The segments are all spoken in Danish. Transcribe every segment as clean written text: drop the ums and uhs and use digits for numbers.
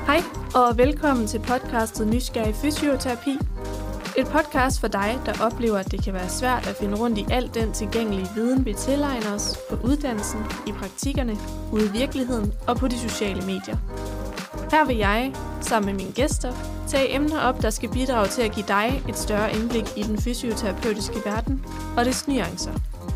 Hej og velkommen til podcastet Nysgerrig Fysioterapi. Et podcast for dig, der oplever, at det kan være svært at finde rundt i al den tilgængelige viden, vi tilegner os på uddannelsen, i praktikkerne, ude i virkeligheden og på de sociale medier. Her vil jeg, sammen med mine gæster, tage emner op, der skal bidrage til at give dig et større indblik i den fysioterapeutiske verden og dets nuancer.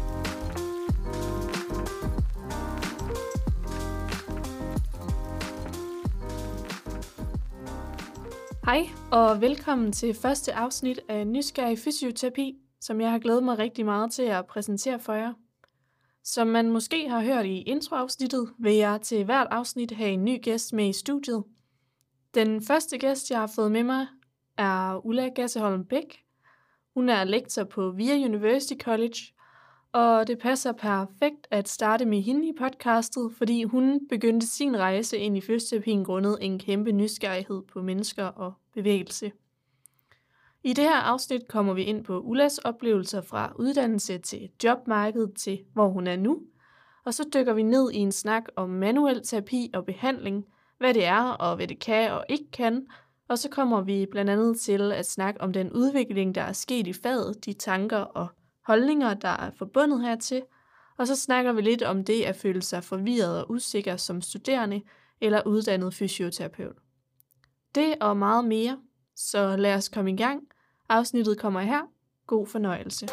Hej og velkommen til første afsnit af Nysgerrig Fysioterapi, som jeg har glædet mig rigtig meget til at præsentere for jer. Som man måske har hørt i introafsnittet, vil jeg til hvert afsnit have en ny gæst med i studiet. Den første gæst, jeg har fået med mig, er Ulla Gasseholm Bech. Hun er lektor på VIA University College, og det passer perfekt at starte med hende i podcastet, fordi hun begyndte sin rejse ind i fysioterapien grundet en kæmpe nysgerrighed på mennesker og bevægelse. I det her afsnit kommer vi ind på Ullas oplevelser fra uddannelse til jobmarkedet til hvor hun er nu, og så dykker vi ned i en snak om manuel terapi og behandling, hvad det er og hvad det kan og ikke kan, og så kommer vi blandt andet til at snakke om den udvikling, der er sket i faget, de tanker og holdninger, der er forbundet hertil, og så snakker vi lidt om det at føle sig forvirret og usikker som studerende eller uddannet fysioterapeut. Det og meget mere, så lad os komme i gang. Afsnittet kommer her. God fornøjelse.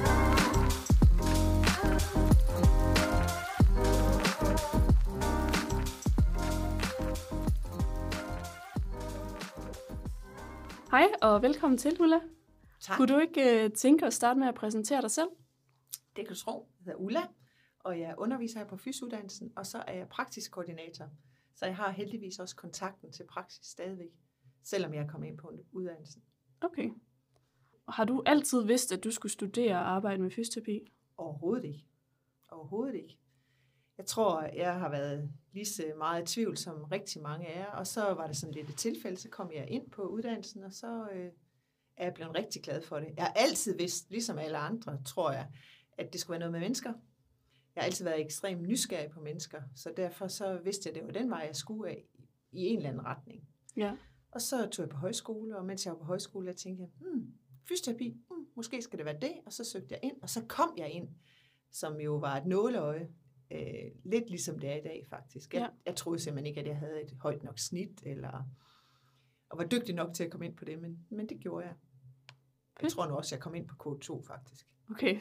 Hej og velkommen til, Ulla. Tak. Kunne du ikke tænke at starte med at præsentere dig selv? Det kan du tro. Jeg hedder Ulla, og jeg underviser her på fysiuddannelsen, og så er jeg praktisk koordinator. Så jeg har heldigvis også kontakten til praksis stadigvæk, selvom jeg er kommet ind på uddannelsen. Okay. Og har du altid vidst, at du skulle studere og arbejde med fysioterapi? Overhovedet ikke. Overhovedet ikke. Jeg tror, jeg har været lige så meget i tvivl som rigtig mange af jer, og så var det sådan lidt et tilfælde, så kom jeg ind på uddannelsen, og så er jeg blevet rigtig glad for det. Jeg har altid vidst, ligesom alle andre, tror jeg, at det skulle være noget med mennesker. Jeg har altid været ekstremt nysgerrig på mennesker, så derfor så vidste jeg, at det var den vej, jeg skulle af i en eller anden retning. Ja. Og så tog jeg på højskole, og mens jeg var på højskole, jeg tænkte, fysioterapi, måske skal det være det, og så søgte jeg ind, og så kom jeg ind, som jo var et nåleøje, lidt ligesom det er i dag faktisk. Jeg troede simpelthen ikke, at jeg havde et højt nok snit, og var dygtig nok til at komme ind på det, men det gjorde jeg. Jeg tror nu også, jeg kom ind på kode 2 faktisk. Okay.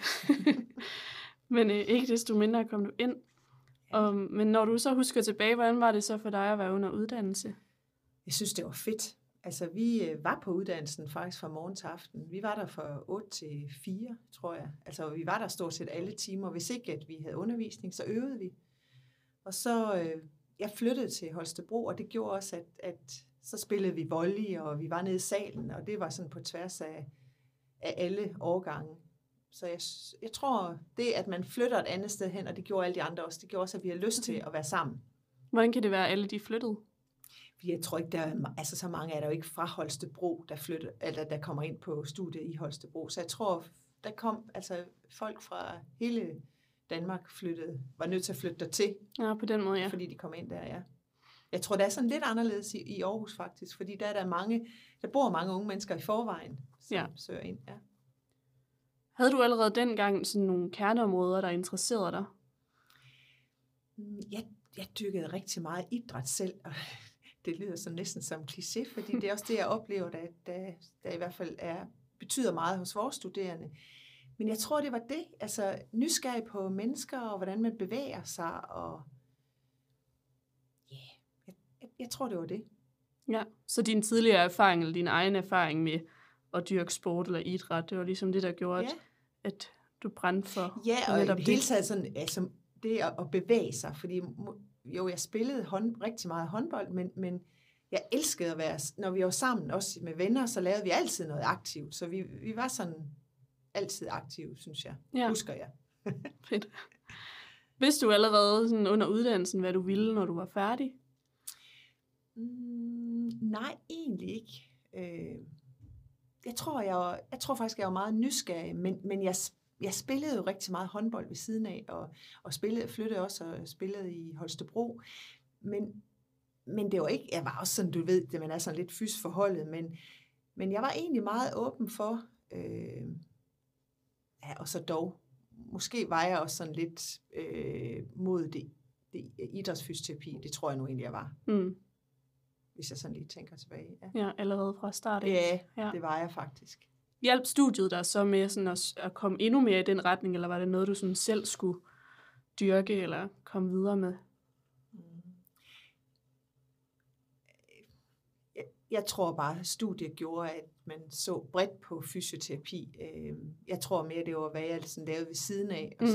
Men ikke desto mindre kom du ind. Men når du så husker tilbage, hvordan var det så for dig at være under uddannelse? Jeg synes, det var fedt. Altså, vi var på uddannelsen faktisk fra morgen til aften. Vi var der fra 8 til 4, tror jeg. Altså, vi var der stort set alle timer. Hvis ikke, at vi havde undervisning, så øvede vi. Og så, jeg flyttede til Holstebro, og det gjorde også, at så spillede vi volley, og vi var nede i salen, og det var sådan på tværs af alle årgange. Så jeg tror, det at man flytter et andet sted hen, og det gjorde alle de andre også, det gjorde også, at vi har lyst til at være sammen. Hvordan kan det være, at alle de flyttede? Jeg tror ikke, så mange er der jo ikke fra Holstebro, der kommer ind på studiet i Holstebro. Så jeg tror, der kom folk fra hele Danmark var nødt til at flytte dertil. Ja, på den måde, ja. Fordi de kom ind der, ja. Jeg tror, det er sådan lidt anderledes i Aarhus faktisk, fordi der bor mange unge mennesker i forvejen, som søger ind, ja. Havde du allerede dengang sådan nogle kerneområder, der interesserede dig? Jeg dyrkede rigtig meget idræt selv, og det lyder så næsten som kliché, fordi det er også det, jeg oplever, der i hvert fald betyder meget hos vores studerende. Men jeg tror, det var det, altså nysgerrig på mennesker, og hvordan man bevæger sig, og jeg tror, det var det. Ja, så din tidligere erfaring, eller din egen erfaring med at dyrke sport eller idræt, det var ligesom det, der gjorde, at du brændte for og i det hele taget sådan, altså det at bevæge sig, fordi jeg spillede rigtig meget håndbold, men jeg elskede at være, når vi var sammen, også med venner, så lavede vi altid noget aktivt, så vi var sådan altid aktive, synes jeg. Husker jeg. Fedt. Vidste du allerede sådan under uddannelsen, hvad du ville, når du var færdig? Nej, egentlig ikke. Jeg tror faktisk, jeg var meget nysgerrig, men jeg spillede jo rigtig meget håndbold ved siden af, og flyttede også og spillede i Holstebro. Men men det var ikke, jeg var også sådan, du ved, det man er sådan lidt fysforholdet, men jeg var egentlig meget åben for, og så dog, måske var jeg også sådan lidt mod det idrætsfysioterapi, det tror jeg nu egentlig, jeg var. Hvis jeg sådan lige tænker tilbage. Ja, allerede fra start af. Ja, det var jeg faktisk. Hjalp studiet dig så med sådan at komme endnu mere i den retning, eller var det noget, du sådan selv skulle dyrke eller komme videre med? Jeg tror bare, at studiet gjorde, at man så bredt på fysioterapi. Jeg tror mere, det var, hvad jeg sådan lavede ved siden af. Og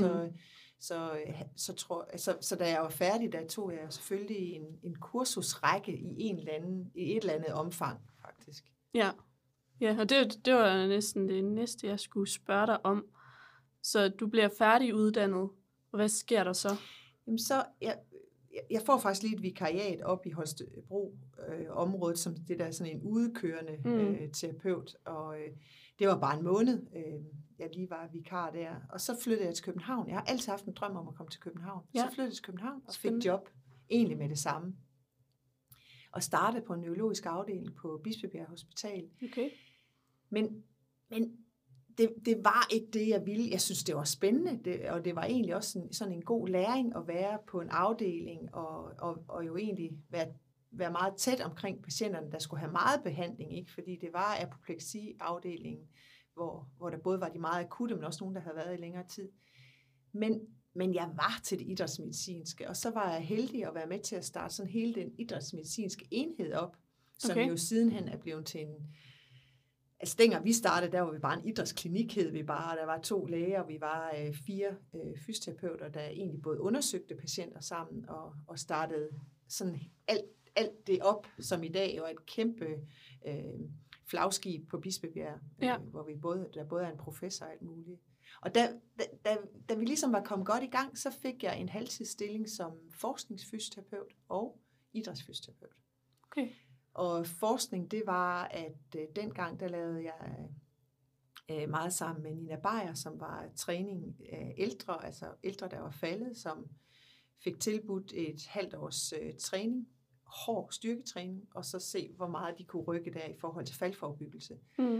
så da jeg var færdig, der tog jeg selvfølgelig en kursusrække i et eller andet omfang, faktisk. Ja, og det var næsten det næste, jeg skulle spørge dig om. Så du bliver færdiguddannet, og hvad sker der så? Jamen jeg får faktisk lige et vikariat op i Holstebro området, som det der sådan en udekørende terapeut, og det var bare en måned, jeg lige var vikar der, og så flyttede jeg til København. Jeg har altid haft en drøm om at komme til København. Så flyttede jeg til København og fik job egentlig med det samme. Og startede på en neurologisk afdeling på Bispebjerg Hospital. Okay. Men det var ikke det, jeg ville. Jeg synes, det var spændende, og det var egentlig også sådan en god læring at være på en afdeling, og jo egentlig være meget tæt omkring patienterne, der skulle have meget behandling, ikke? Fordi det var apopleksi-afdelingen, hvor der både var de meget akutte, men også nogen, der havde været i længere tid. Men jeg var til det idrætsmedicinske, og så var jeg heldig at være med til at starte sådan hele den idrætsmedicinske enhed op, som jo sidenhen er blevet til en... Altså dengang vi startede, der var vi bare en idrætsklinik, hed vi bare. Der var 2 læger, og vi var 4 fysioterapeuter, der egentlig både undersøgte patienter sammen og startede sådan alt det op, som i dag jo er et kæmpe flagskib på Bispebjerg, hvor der både er en professor og alt muligt. Og da vi ligesom var kommet godt i gang, så fik jeg en halvtidsstilling som forskningsfysioterapeut og idrætsfysioterapeut. Okay. Og forskning, det var, at dengang, der lavede jeg meget sammen med Nina Beyer, som var træning af ældre, altså ældre, der var faldet, som fik tilbudt et halvt års træning, hård styrketræning, og så se, hvor meget de kunne rykke der i forhold til faldforebyggelse.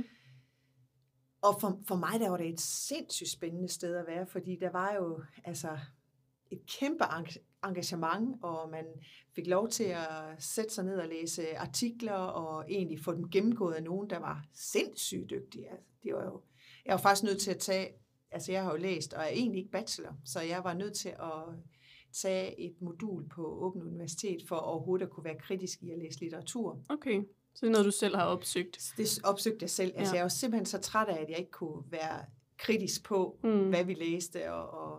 Og for mig, der var det et sindssygt spændende sted at være, fordi der var jo altså et kæmpe engagement, og man fik lov til at sætte sig ned og læse artikler, og egentlig få dem gennemgået af nogen, der var sindssygt dygtige. Altså, jeg var faktisk nødt til at tage, altså jeg har jo læst, og er egentlig ikke bachelor, så jeg var nødt til at tage et modul på Åbent Universitet, for overhovedet at kunne være kritisk i at læse litteratur. Okay, så det er noget, du selv har opsøgt? Det opsøgte jeg selv. Altså jeg var simpelthen så træt af, at jeg ikke kunne være kritisk på, hvad vi læste,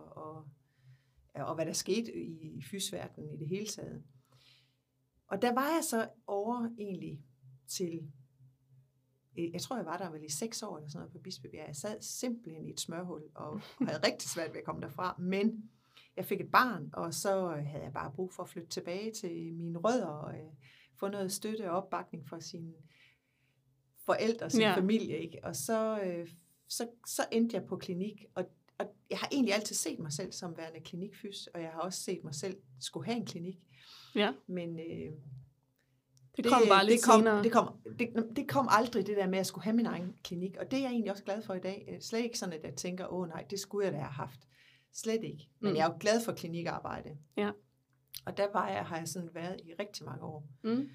og hvad der skete i fysverdenen i det hele taget. Og der var jeg så over egentlig til, jeg tror jeg var der vel i 6 år eller sådan noget på Bispebjerg. Jeg sad simpelthen i et smørhul og havde rigtig svært ved at komme derfra, men jeg fik et barn, og så havde jeg bare brug for at flytte tilbage til mine rødder og få noget støtte og opbakning fra sine forældre og sin familie, ikke? Og så endte jeg på klinik, og jeg har egentlig altid set mig selv som værende klinikfys, og jeg har også set mig selv skulle have en klinik. Ja. Men det kom bare lidt senere. Det kom aldrig, det der med, at jeg skulle have min egen klinik, og det er jeg egentlig også glad for i dag. Slet ikke sådan, at jeg tænker, nej, det skulle jeg da have haft. Slet ikke. Men jeg er jo glad for klinikarbejde. Ja. Og der har jeg sådan været i rigtig mange år.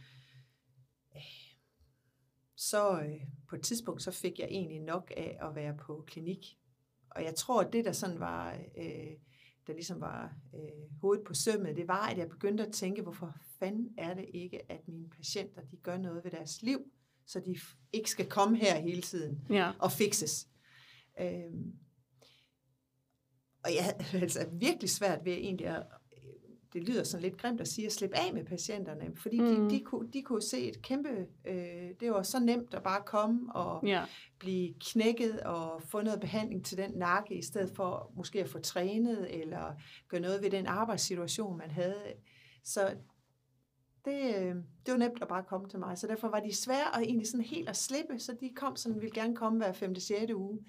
Så på et tidspunkt, så fik jeg egentlig nok af at være på klinik. Og jeg tror, at det, der sådan var, der ligesom var hovedet på sømmet, det var, at jeg begyndte at tænke, hvorfor fanden er det ikke, at mine patienter, de gør noget ved deres liv, så de ikke skal komme her hele tiden og fikses. Og jeg havde altså virkelig svært ved egentlig at, det lyder sådan lidt grimt at sige, at slippe af med patienterne, fordi de kunne se et kæmpe, det var så nemt at bare komme og blive knækket og få noget behandling til den nakke, i stedet for måske at få trænet, eller gøre noget ved den arbejdssituation, man havde. Så det var nemt at bare komme til mig, så derfor var de svære at egentlig sådan helt at slippe, så de kom sådan, ville gerne komme hver 5. til 6. uge.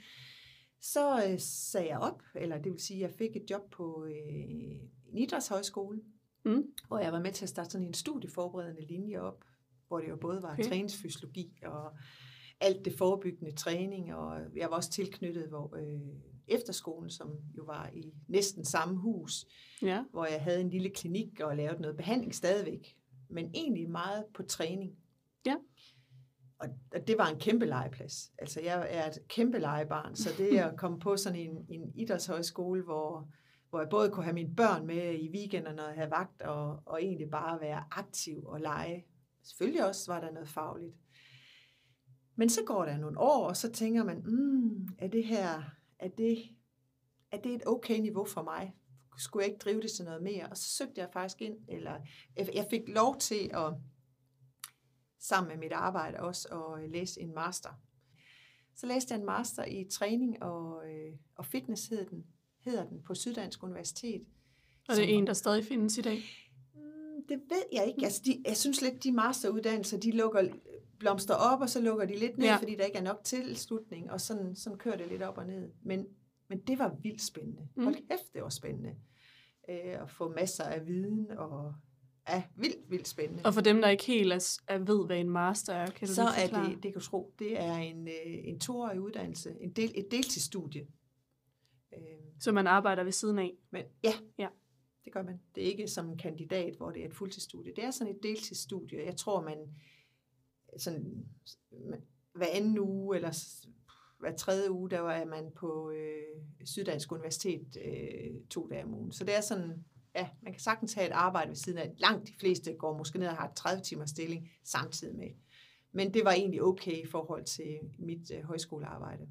Så sagde jeg op, eller det vil sige, at jeg fik et job på en idrætshøjskole, hvor jeg var med til at starte sådan en studieforberedende linje op, hvor det jo både var træningsfysiologi og alt det forebyggende træning, og jeg var også tilknyttet efterskolen, som jo var i næsten samme hus, hvor jeg havde en lille klinik og lavede noget behandling stadigvæk, men egentlig meget på træning. Ja. Og det var en kæmpe legeplads. Altså jeg er et kæmpe legebarn, så det at komme på sådan en idrætshøjskole, hvor jeg både kunne have mine børn med i weekenderne, når jeg havde vagt, og egentlig bare være aktiv og lege. Selvfølgelig også var der noget fagligt. Men så går der nogle år, og så tænker man, er det et okay niveau for mig? Skulle jeg ikke drive det til noget mere? Og så søgte jeg faktisk ind, eller jeg fik lov til at, sammen med mit arbejde også, at læse en master. Så læste jeg en master i træning og fitness, hedder den, på Syddansk Universitet. Og det er en, der stadig findes i dag? Det ved jeg ikke. Altså jeg synes lidt, de masteruddannelser, de blomster op, og så lukker de lidt ned, fordi der ikke er nok tilslutning, og sådan kører det lidt op og ned. Men det var vildt spændende. Hold kæft, det var spændende. At få masser af viden, og vildt spændende. Og for dem, der ikke helt ved, hvad en master er, kan du så lige forklare? det kan du tro, det er en 2-årig uddannelse, et deltidsstudie. Så man arbejder ved siden af? Men ja. Det gør man. Det er ikke som en kandidat, hvor det er et fuldtidsstudie. Det er sådan et deltidsstudie. Jeg tror, man sådan hver anden uge, eller hver tredje uge, der var man på Syddansk Universitet 2 dage om ugen. Så det er sådan, man kan sagtens have et arbejde ved siden af. Langt de fleste går måske ned og har 30 timers stilling samtidig med. Men det var egentlig okay i forhold til mit højskolearbejde.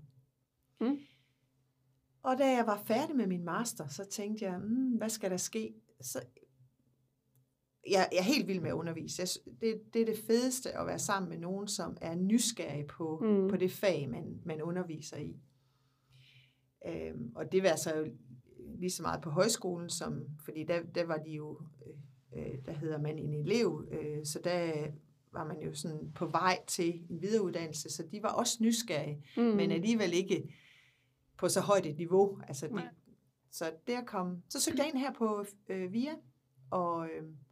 Og da jeg var færdig med min master, så tænkte jeg, hvad skal der ske? Så jeg er helt vild med at undervise. Det er det fedeste at være sammen med nogen, som er nysgerrig på det fag, man underviser i. Og det var så lige så meget på højskolen, fordi der var de jo, der hedder man en elev, så der var man jo sådan på vej til en videreuddannelse, så de var også nysgerrige, men alligevel ikke på så højt et niveau. Altså så søgte jeg ind her på VIA, og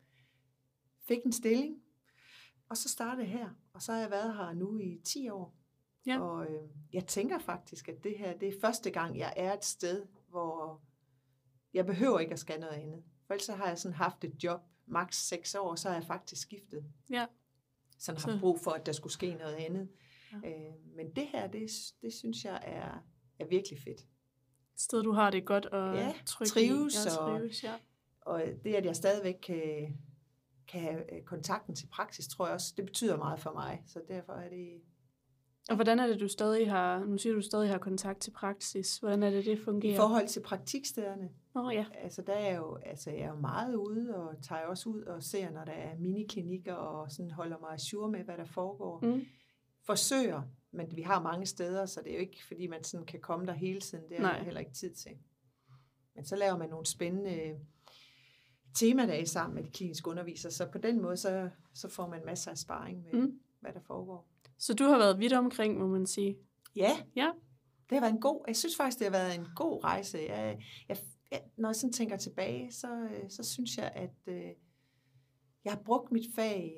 fik en stilling, og så startede jeg her, og så har jeg været her nu i 10 år. Ja. Og jeg tænker faktisk, at det her, det er første gang, jeg er et sted, hvor jeg behøver ikke at skal noget andet. For ellers så har jeg sådan haft et job, maks 6 år, så har jeg faktisk skiftet. Ja. Sådan har brug for, at der skulle ske noget andet. Ja. Men det her, det synes jeg er virkelig fedt. Et sted, du har det godt og trives. Og det, at jeg stadigvæk kan have kontakten til praksis, tror jeg også, det betyder meget for mig. Så derfor er det... Og hvordan er det, du stadig har kontakt til praksis? Hvordan er det fungerer? I forhold til praktikstederne? Ja. Altså, jeg er jo meget ude, og tager også ud og ser, når der er miniklinikker, og sådan holder mig ajour med, hvad der foregår. Forsøger, men vi har mange steder, så det er jo ikke, fordi man sådan kan komme der hele tiden. Det er der heller ikke tid til. Men så laver man nogle spændende temadage sammen med de kliniske undervisere, så på den måde, så får man masser af sparring med, hvad der foregår. Så du har været vidt omkring, må man sige? Ja. Det har været jeg synes faktisk, det har været en god rejse. Når jeg sådan tænker tilbage, så synes jeg, at jeg har brugt mit fag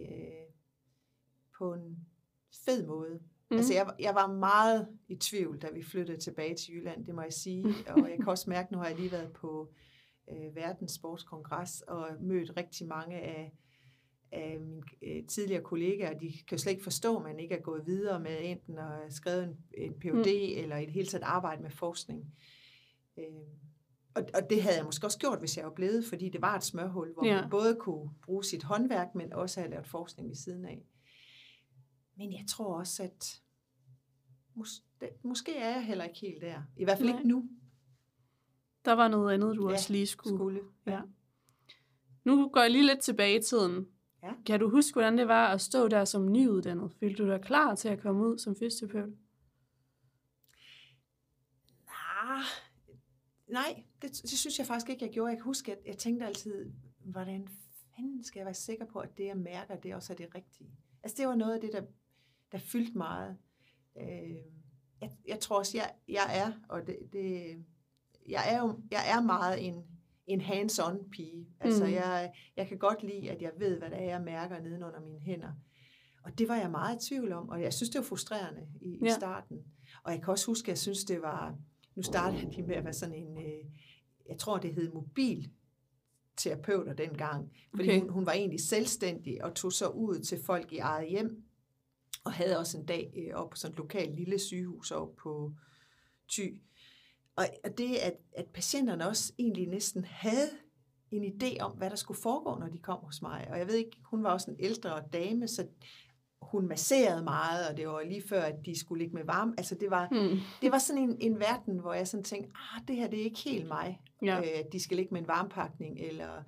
på en fed måde. Altså, jeg var meget i tvivl, da vi flyttede tilbage til Jylland, det må jeg sige. Og jeg kan også mærke, nu har jeg lige været på Verdens Sportskongres og mødt rigtig mange af mine tidligere kollegaer. De kan jo slet ikke forstå, at man ikke er gået videre med enten at have skrevet en Ph.D. eller i det hele taget arbejde med forskning. Og det havde jeg måske også gjort, hvis jeg var blevet, fordi det var et smørhul, hvor man både kunne bruge sit håndværk, men også have lavet forskning ved siden af. Men jeg tror også, at måske er jeg heller ikke helt der. I hvert fald ikke nu. Der var noget andet, du også lige skulle. Ja. Nu går jeg lige lidt tilbage i tiden. Ja. Kan du huske, hvordan det var at stå der som nyuddannet? Følte du dig klar til at komme ud som fysioterapeut? Nej, det synes jeg faktisk ikke, jeg gjorde. Jeg kan huske, at jeg tænkte altid, hvordan fanden skal jeg være sikker på, at det, jeg mærker, det også er det rigtige? Altså, det var noget af det, der fyldte meget. Jeg tror også, jeg er, og jeg er meget en hands-on pige. Altså jeg kan godt lide, at jeg ved, hvad der er, jeg mærker nedenunder mine hænder. Og det var jeg meget i tvivl om, og jeg synes, det var frustrerende i starten. Og jeg kan også huske, at jeg synes, det var... Nu startede de med at være sådan en... Jeg tror, det hed mobilterapeuter dengang. Fordi hun var egentlig selvstændig og tog så ud til folk i eget hjem. Og havde også en dag op på sådan et lokalt lille sygehus op på Thy. Og det, at patienterne også egentlig næsten havde en idé om, hvad der skulle foregå, når de kom hos mig. Og jeg ved ikke, hun var også en ældre dame, så hun masserede meget, og det var lige før, at de skulle ligge med varme. Altså det var sådan en verden, hvor jeg sådan tænkte, det her det er ikke helt mig. De skal ligge med en varmepakning, eller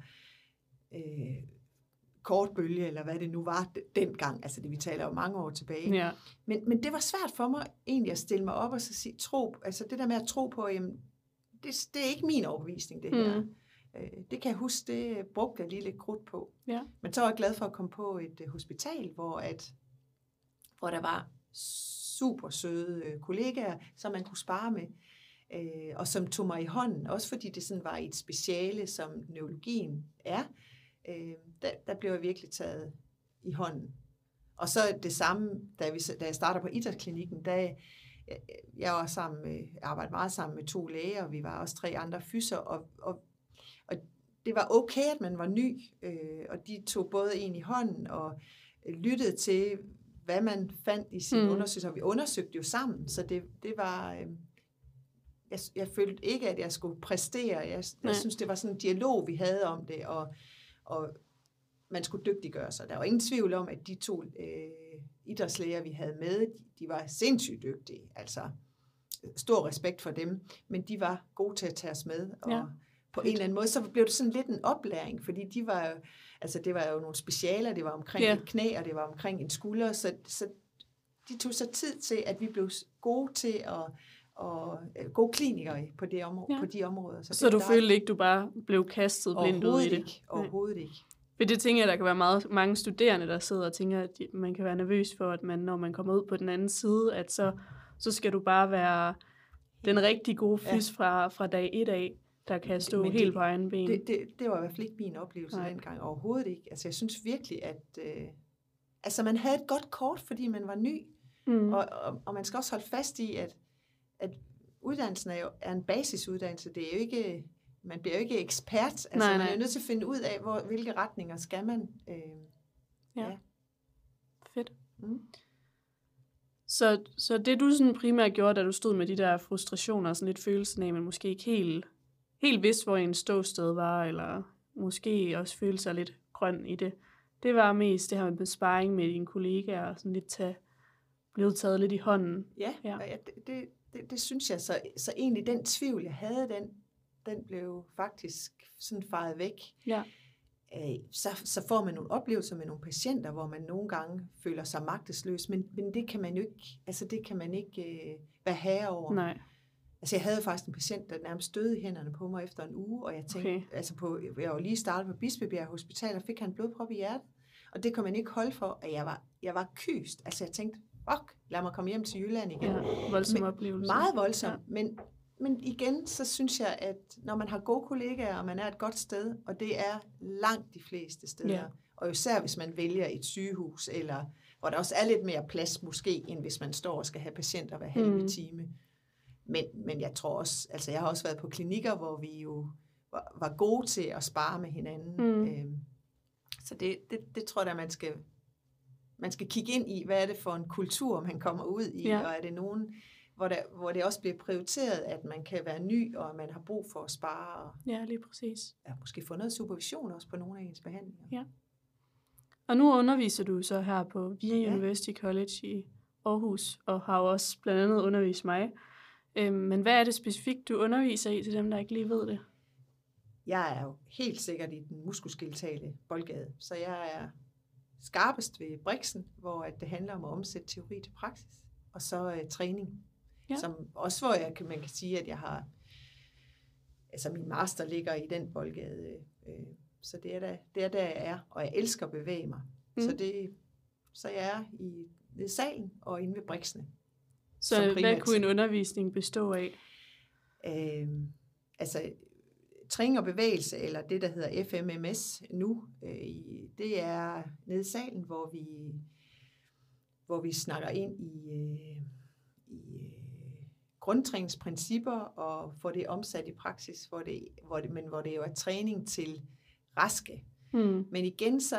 kortbølge, eller hvad det nu var dengang. Altså det, vi taler jo mange år tilbage. Ja. Men det var svært for mig egentlig at stille mig op og så sige, altså det der med at tro på, jamen, det er ikke min overbevisning, det her. Det kan jeg huske, det brugte jeg lige lidt krudt på. Ja. Men så var jeg glad for at komme på et hospital, hvor der var super søde kollegaer, som man kunne spare med, og som tog mig i hånden, også fordi det sådan var et speciale, som neurologien er. Der blev jeg virkelig taget i hånden. Og så det samme, da jeg starter på idrætsklinikken, jeg var arbejdede meget sammen med 2 læger, og vi var også 3 andre fyser, og det var okay, at man var ny, og de tog både en i hånden og lyttede til, hvad man fandt i sin undersøgelse, og vi undersøgte jo sammen, så det var... Jeg følte ikke, at jeg skulle præstere. Jeg synes, det var sådan en dialog, vi havde om det, og man skulle dygtiggøre sig. Der var ingen tvivl om, at de 2 idrætslæger, vi havde med, de var sindssygt dygtige. Altså, stor respekt for dem, men de var gode til at tage os med, og på en eller anden måde, så blev det sådan lidt en oplæring, fordi det var jo nogle specialer, det var omkring et knæ, og det var omkring en skulder, så de tog sig tid til, at vi blev gode til og gode klinikere på de områder. Så du følte ikke, du bare blev kastet blindt ud i det? Overhovedet ikke. For det tænker jeg, der kan være mange studerende, der sidder og tænker, at man kan være nervøs for, at når man kommer ud på den anden side, at så skal du bare være den rigtig gode fys fra dag 1 af, der kan stå helt på egen ben. Det var i hvert fald ikke min oplevelse dengang. Overhovedet ikke. Altså jeg synes virkelig, at man havde et godt kort, fordi man var ny. Og man skal også holde fast i, at uddannelsen er en basisuddannelse. Det er jo ikke, man bliver jo ikke ekspert. Altså man er jo nødt til at finde ud af, hvilke retninger skal man. Fedt. Så det du sådan primært gjorde, da du stod med de der frustrationer og sådan lidt følelsen af, men måske ikke helt vidste, hvor en ståsted var, eller måske også følte sig lidt grøn i det. Det var mest det her med sparring med dine kollegaer, og sådan lidt blevet taget lidt i hånden. Ja. Det synes jeg. Så egentlig den tvivl, jeg havde, den blev faktisk sådan faret væk. Ja. Så får man nogle oplevelser med nogle patienter, hvor man nogle gange føler sig magtesløs, men det kan man jo ikke, være herre over. Nej. Altså jeg havde faktisk en patient, der nærmest døde i hænderne på mig efter en uge, og jeg tænkte, jeg var lige startet på Bispebjerg Hospital, og fik han blodprop i hjertet, og det kan man ikke holde for, og jeg var kyst. Altså jeg tænkte, lad mig komme hjem til Jylland igen. Ja, voldsom oplevelse. Meget voldsom, men igen, så synes jeg, at når man har gode kollegaer, og man er et godt sted, og det er langt de fleste steder, og især hvis man vælger et sygehus, eller hvor der også er lidt mere plads måske, end hvis man står og skal have patienter hver halve time. Men jeg tror også, altså jeg har også været på klinikker, hvor vi jo var gode til at spare med hinanden. Så det tror jeg, man skal kigge ind i, hvad er det for en kultur, man kommer ud i, og er det nogen, hvor det også bliver prioriteret, at man kan være ny, og man har brug for at spare. Ja, lige præcis. Ja, måske få noget supervision også på nogle af ens behandlinger. Ja. Og nu underviser du så her på VIA University College i Aarhus, og har også blandt andet undervist mig. Men hvad er det specifikt, du underviser i, til dem, der ikke lige ved det? Jeg er jo helt sikkert i den muskuloskeletale boldgade, så jeg er skarpest ved Brixen, hvor det handler om at omsætte teori til praksis, og så træning. Som også hvor man kan sige, at jeg har, altså min master ligger i den boldgade, så det er der jeg er, og jeg elsker at bevæge mig. Så jeg er ved salen og inde ved Brixene. Så hvad kunne en undervisning bestå af? træning og bevægelse, eller det, der hedder FMMS nu, det er nede i salen, hvor vi snakker ind i grundtræningsprincipper og får det omsat i praksis, hvor det jo er træning til raske. Men igen, så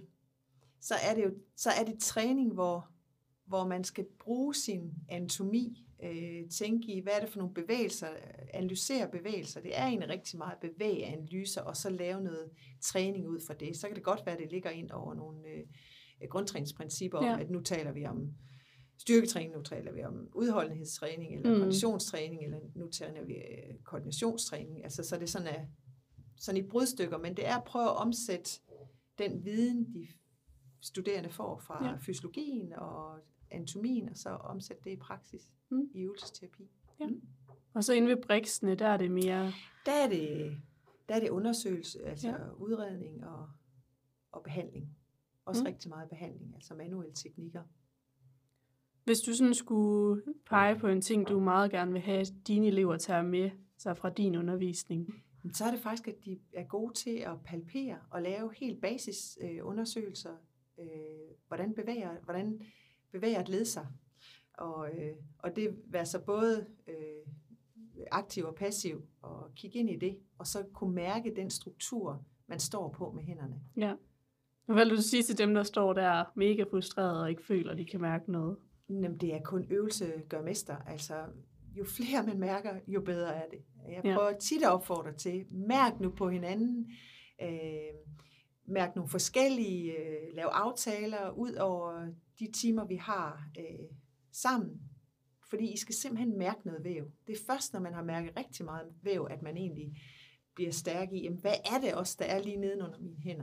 er det træning, hvor man skal bruge sin anatomi, tænke i, hvad er det for nogle bevægelser, analysere bevægelser. Det er egentlig rigtig meget bevægeanalyser, og så lave noget træning ud fra det. Så kan det godt være, at det ligger ind over nogle grundtræningsprincipper, om, at nu taler vi om styrketræning, nu taler vi om udholdenhedstræning, eller konditionstræning, eller nu taler vi koordinationstræning. Altså, så det er sådan i brudstykker, men det er at prøve at omsætte den viden, de studerende får fra fysiologien og anatomien, og så omsætte det i praksis i øvelsesterapi. Ja. Og så inde ved briksene, der er det mere... Der er det undersøgelse, altså udredning og behandling. Også rigtig meget behandling, altså manuelle teknikker. Hvis du sådan skulle pege på en ting, du meget gerne vil have, at dine elever tager med sig fra din undervisning, så er det faktisk, at de er gode til at palpere og lave helt basisundersøgelser. Hvordan bevæger et led sig? Og det være så både aktiv og passiv, og kigge ind i det, og så kunne mærke den struktur, man står på med hænderne. Ja. Hvad vil du sige til dem, der står der mega frustrerede og ikke føler, at de kan mærke noget? Jamen, det er kun øvelse gør mester. Altså, jo flere man mærker, jo bedre er det. Jeg prøver tit at opfordre til, mærk nu på hinanden, mærk nogle forskellige, lave aftaler ud over de timer, vi har sammen. Fordi I skal simpelthen mærke noget væv. Det er først, når man har mærket rigtig meget væv, at man egentlig bliver stærk i, jamen, hvad er det også, der er lige nedenunder mine hænder?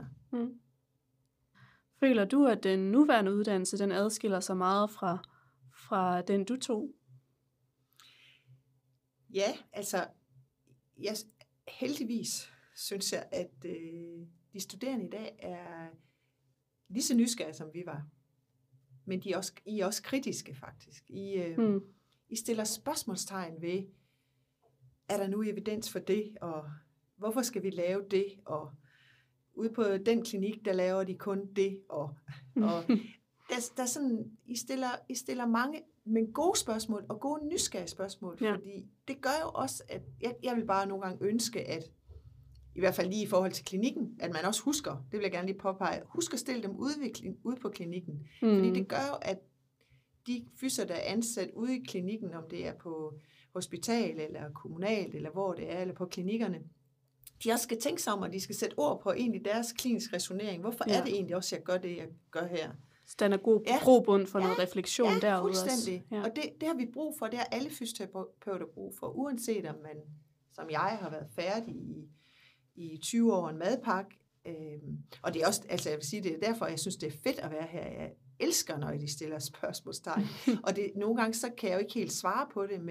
Føler du, at den nuværende uddannelse, den adskiller sig meget fra den, du tog? Ja, altså, heldigvis synes jeg, at de studerende i dag er lige så nysgerrige, som vi var. Men I er også kritiske, faktisk. I stiller spørgsmålstegn ved, er der nu evidens for det, og hvorfor skal vi lave det, og ude på den klinik, der laver de kun det, og der er sådan, I stiller mange, men gode spørgsmål, og gode nysgerrige spørgsmål, fordi det gør jo også, at jeg vil bare nogle gange ønske, at i hvert fald lige i forhold til klinikken, at man også husker, det vil jeg gerne lige påpege, husk at stille dem ude på klinikken, fordi det gør jo, at de fyser, der er ansat ude i klinikken, om det er på hospital, eller kommunalt, eller hvor det er, eller på klinikkerne, de også skal tænke sig om, og de skal sætte ord på egentlig deres klinisk resonering. Hvorfor er det egentlig også, jeg gør det, jeg gør her? Så den er god grobund for noget refleksion derude også. Fuldstændig. Og det har vi brug for, det har alle fysioterapeuter brug for, uanset om man, som jeg, har været færdig i 20 år en madpakke. Og det er også, altså jeg vil sige, det er derfor, jeg synes, det er fedt at være her. Jeg elsker, når de stiller spørgsmålstegn. Og nogle gange, så kan jeg jo ikke helt svare på det,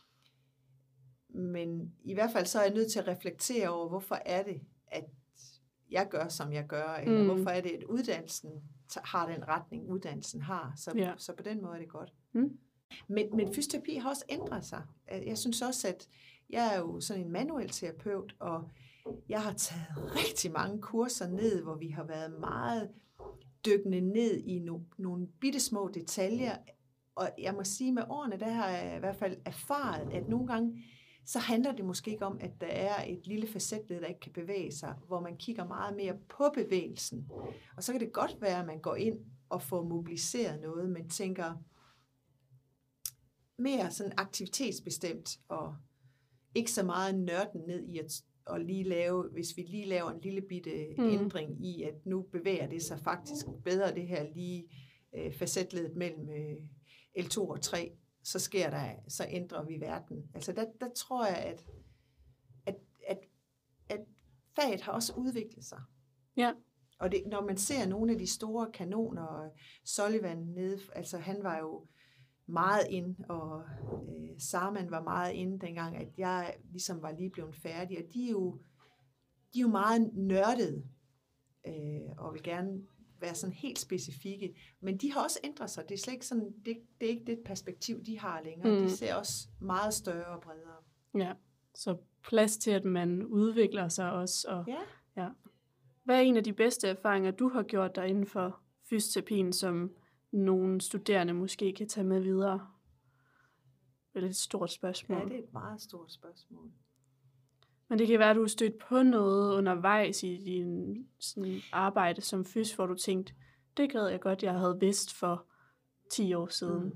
men i hvert fald så er jeg nødt til at reflektere over, hvorfor er det, at jeg gør, som jeg gør, eller hvorfor er det, at uddannelsen har den retning, uddannelsen har. Så på den måde er det godt. Men fysioterapi har også ændret sig. Jeg synes også, at jeg er jo sådan en manuel terapeut, og jeg har taget rigtig mange kurser ned, hvor vi har været meget dykkende ned i nogle bittesmå detaljer, og jeg må sige, med årene, der har jeg i hvert fald erfaret, at nogle gange, så handler det måske ikke om, at der er et lille facetled, der ikke kan bevæge sig, hvor man kigger meget mere på bevægelsen. Og så kan det godt være, at man går ind og får mobiliseret noget, men tænker mere sådan aktivitetsbestemt, og ikke så meget nørden ned i at lige lave, hvis vi lige laver en lille bitte ændring i, at nu bevæger det sig faktisk bedre, det her lige facetledet mellem L2 og 3, så ændrer vi verden. Altså der tror jeg, at faget har også udviklet sig. Ja. Og det, når man ser nogle af de store kanoner, Sullivan nede, altså han var jo meget inde, og Sarman var meget inde dengang, at jeg ligesom var lige blevet færdig, og de er jo meget nørdede, og vil gerne være sådan helt specifikke, men de har også ændret sig. Det er slet ikke sådan, det er ikke det perspektiv, de har længere. De ser også meget større og bredere. Ja, Så plads til, at man udvikler sig også. Og, Ja. Hvad er en af de bedste erfaringer, du har gjort dig inden for fysioterapien, som nogle studerende måske kan tage med videre? Det er et stort spørgsmål. Ja, det er et meget stort spørgsmål. Men det kan være, at du har stødt på noget undervejs i din sådan, arbejde som fys, hvor du tænkte, det gad jeg godt, jeg havde vidst for 10 år siden.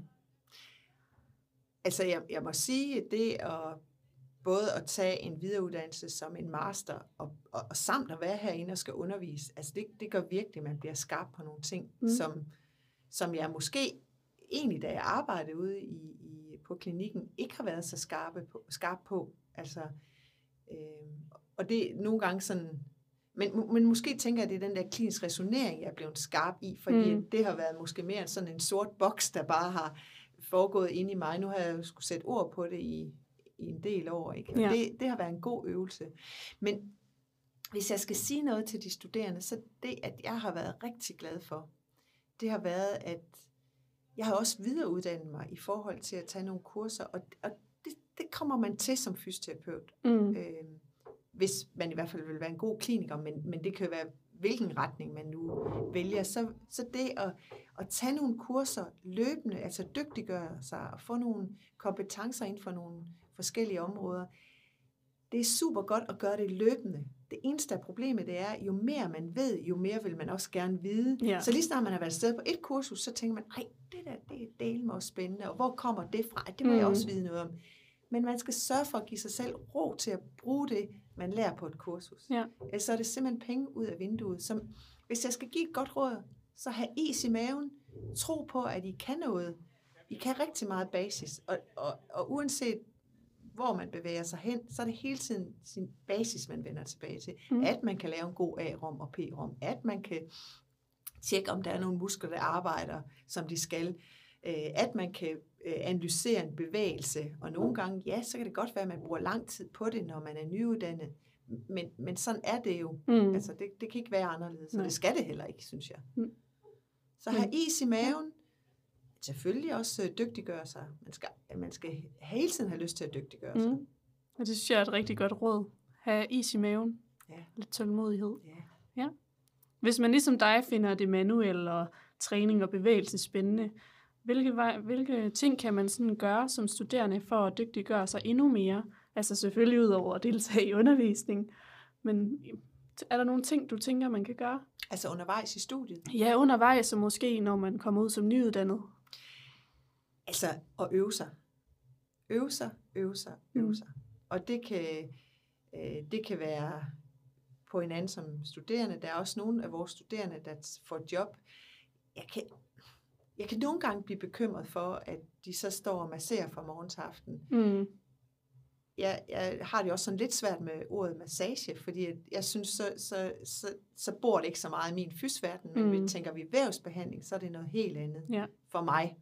Altså, jeg må sige, at det både at tage en videreuddannelse som en master, og samt at være herinde og skal undervise, altså det gør virkelig, at man bliver skarp på nogle ting, som jeg måske egentlig, da jeg arbejdede ude på klinikken, ikke har været så skarp på. Altså, og det er nogle gange sådan, men måske tænker jeg, at det er den der klinisk resonering, jeg er blevet skarp i, fordi det har været måske mere sådan en sort boks, der bare har foregået inde i mig. Nu har jeg jo skulle sætte ord på det i en del år, ikke? Ja. Det har været en god øvelse. Men hvis jeg skal sige noget til de studerende, så det, at jeg har været rigtig glad for, det har været, at jeg har også videreuddannet mig i forhold til at tage nogle kurser, og det kommer man til som fysioterapeut. Hvis man i hvert fald vil være en god kliniker, men det kan jo være, hvilken retning man nu vælger. Så det at tage nogle kurser løbende, altså dygtiggøre sig og få nogle kompetencer inden for nogle forskellige områder, det er super godt at gøre det løbende. Det eneste af problemet, det er, jo mere man ved, jo mere vil man også gerne vide. Ja. Så lige snart man har været afsted på et kursus, så tænker man, ej, det der, det er delt mig også spændende, og hvor kommer det fra? Det må jeg også vide noget om. Men man skal sørge for at give sig selv ro til at bruge det, man lærer på et kursus. Ja. Ellers er det simpelthen penge ud af vinduet. Som, hvis jeg skal give et godt råd, så have is i maven, tro på, at I kan noget. I kan rigtig meget basis, og uanset hvor man bevæger sig hen, så er det hele tiden sin basis, man vender tilbage til. At man kan lave en god A-rom og P-rom, at man kan tjekke, om der er nogle muskler, der arbejder, som de skal, at man kan analysere en bevægelse, og nogle gange, ja, så kan det godt være, at man bruger lang tid på det, når man er nyuddannet, men sådan er det jo. Altså, det kan ikke være anderledes, så det skal det heller ikke, synes jeg. Så have is i maven, selvfølgelig også dygtiggøre sig. Man skal hele tiden have lyst til at dygtiggøre sig. Og det synes jeg er et rigtig godt råd. Have is i maven. Ja. Lidt tålmodighed. Ja. Hvis man ligesom dig finder det manuelle og træning og bevægelse spændende, hvilke ting kan man sådan gøre som studerende for at dygtiggøre sig endnu mere? Altså selvfølgelig ud over at deltage i undervisning. Men er der nogle ting, du tænker, man kan gøre? Altså undervejs i studiet? Ja, undervejs, og måske når man kommer ud som nyuddannet. Altså at øve sig. Øve sig. Og det kan være på hinanden som studerende. Der er også nogle af vores studerende, der får job. Jeg kan nogle gange blive bekymret for, at de så står og masserer fra morgen til aften. Jeg har det også sådan lidt svært med ordet massage, fordi jeg synes, så bor det ikke så meget i min fysverden, men tænker vi vævsbehandling, så er det noget helt andet for mig.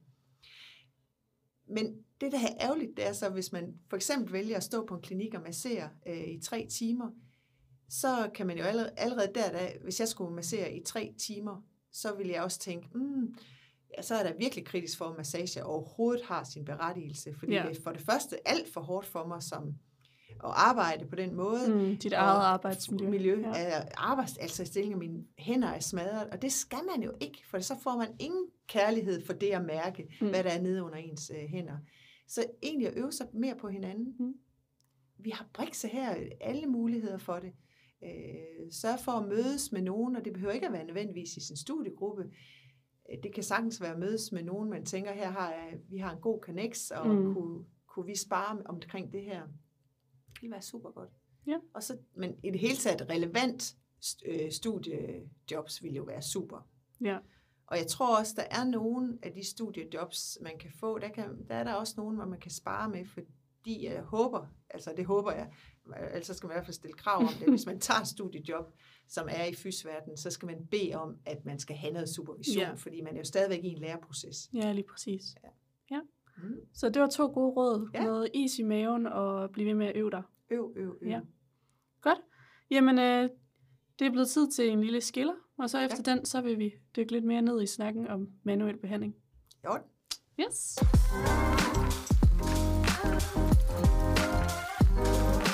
Men det, der er ærgerligt, det er så, hvis man for eksempel vælger at stå på en klinik og massere i 3 timer, så kan man jo allerede der, hvis jeg skulle massere i 3 timer, så vil jeg også tænke, så er der virkelig kritisk for, at massage overhovedet har sin berettigelse, fordi det er for det første alt for hårdt for mig som at arbejde på den måde. Dit eget arbejdsmiljø. Altså i stilling af mine hænder er smadret, og det skal man jo ikke, for så får man ingen kærlighed for det at mærke, hvad der er nede under ens hænder. Så egentlig at øve sig mere på hinanden. Vi har brikse her, alle muligheder for det. Sørg for at mødes med nogen, og det behøver ikke at være nødvendigvis i sin studiegruppe. Det kan sagtens være at mødes med nogen, man tænker, vi har en god connect, og kunne vi spare omkring det her? Det vil være super godt. Ja. Og så, men i det hele taget relevant studiejobs vil jo være super. Ja. Og jeg tror også, der er nogle af de studiejobs, man kan få, der er der også nogle, hvor man kan spare med, fordi jeg håber, altså det håber jeg, altså skal man i hvert fald stille krav om det. Hvis man tager et studiejob, som er i fysverdenen, så skal man bede om, at man skal have noget supervision, fordi man er jo stadigvæk i en læreproces. Ja, lige præcis. Ja. Så det var 2 gode råd. Noget is i maven og blive ved med at øve dig. Øv. Ja. Godt. Jamen, det er blevet tid til en lille skiller, og så efter den, så vil vi dykke lidt mere ned i snakken om manuel behandling. Jo. Yes.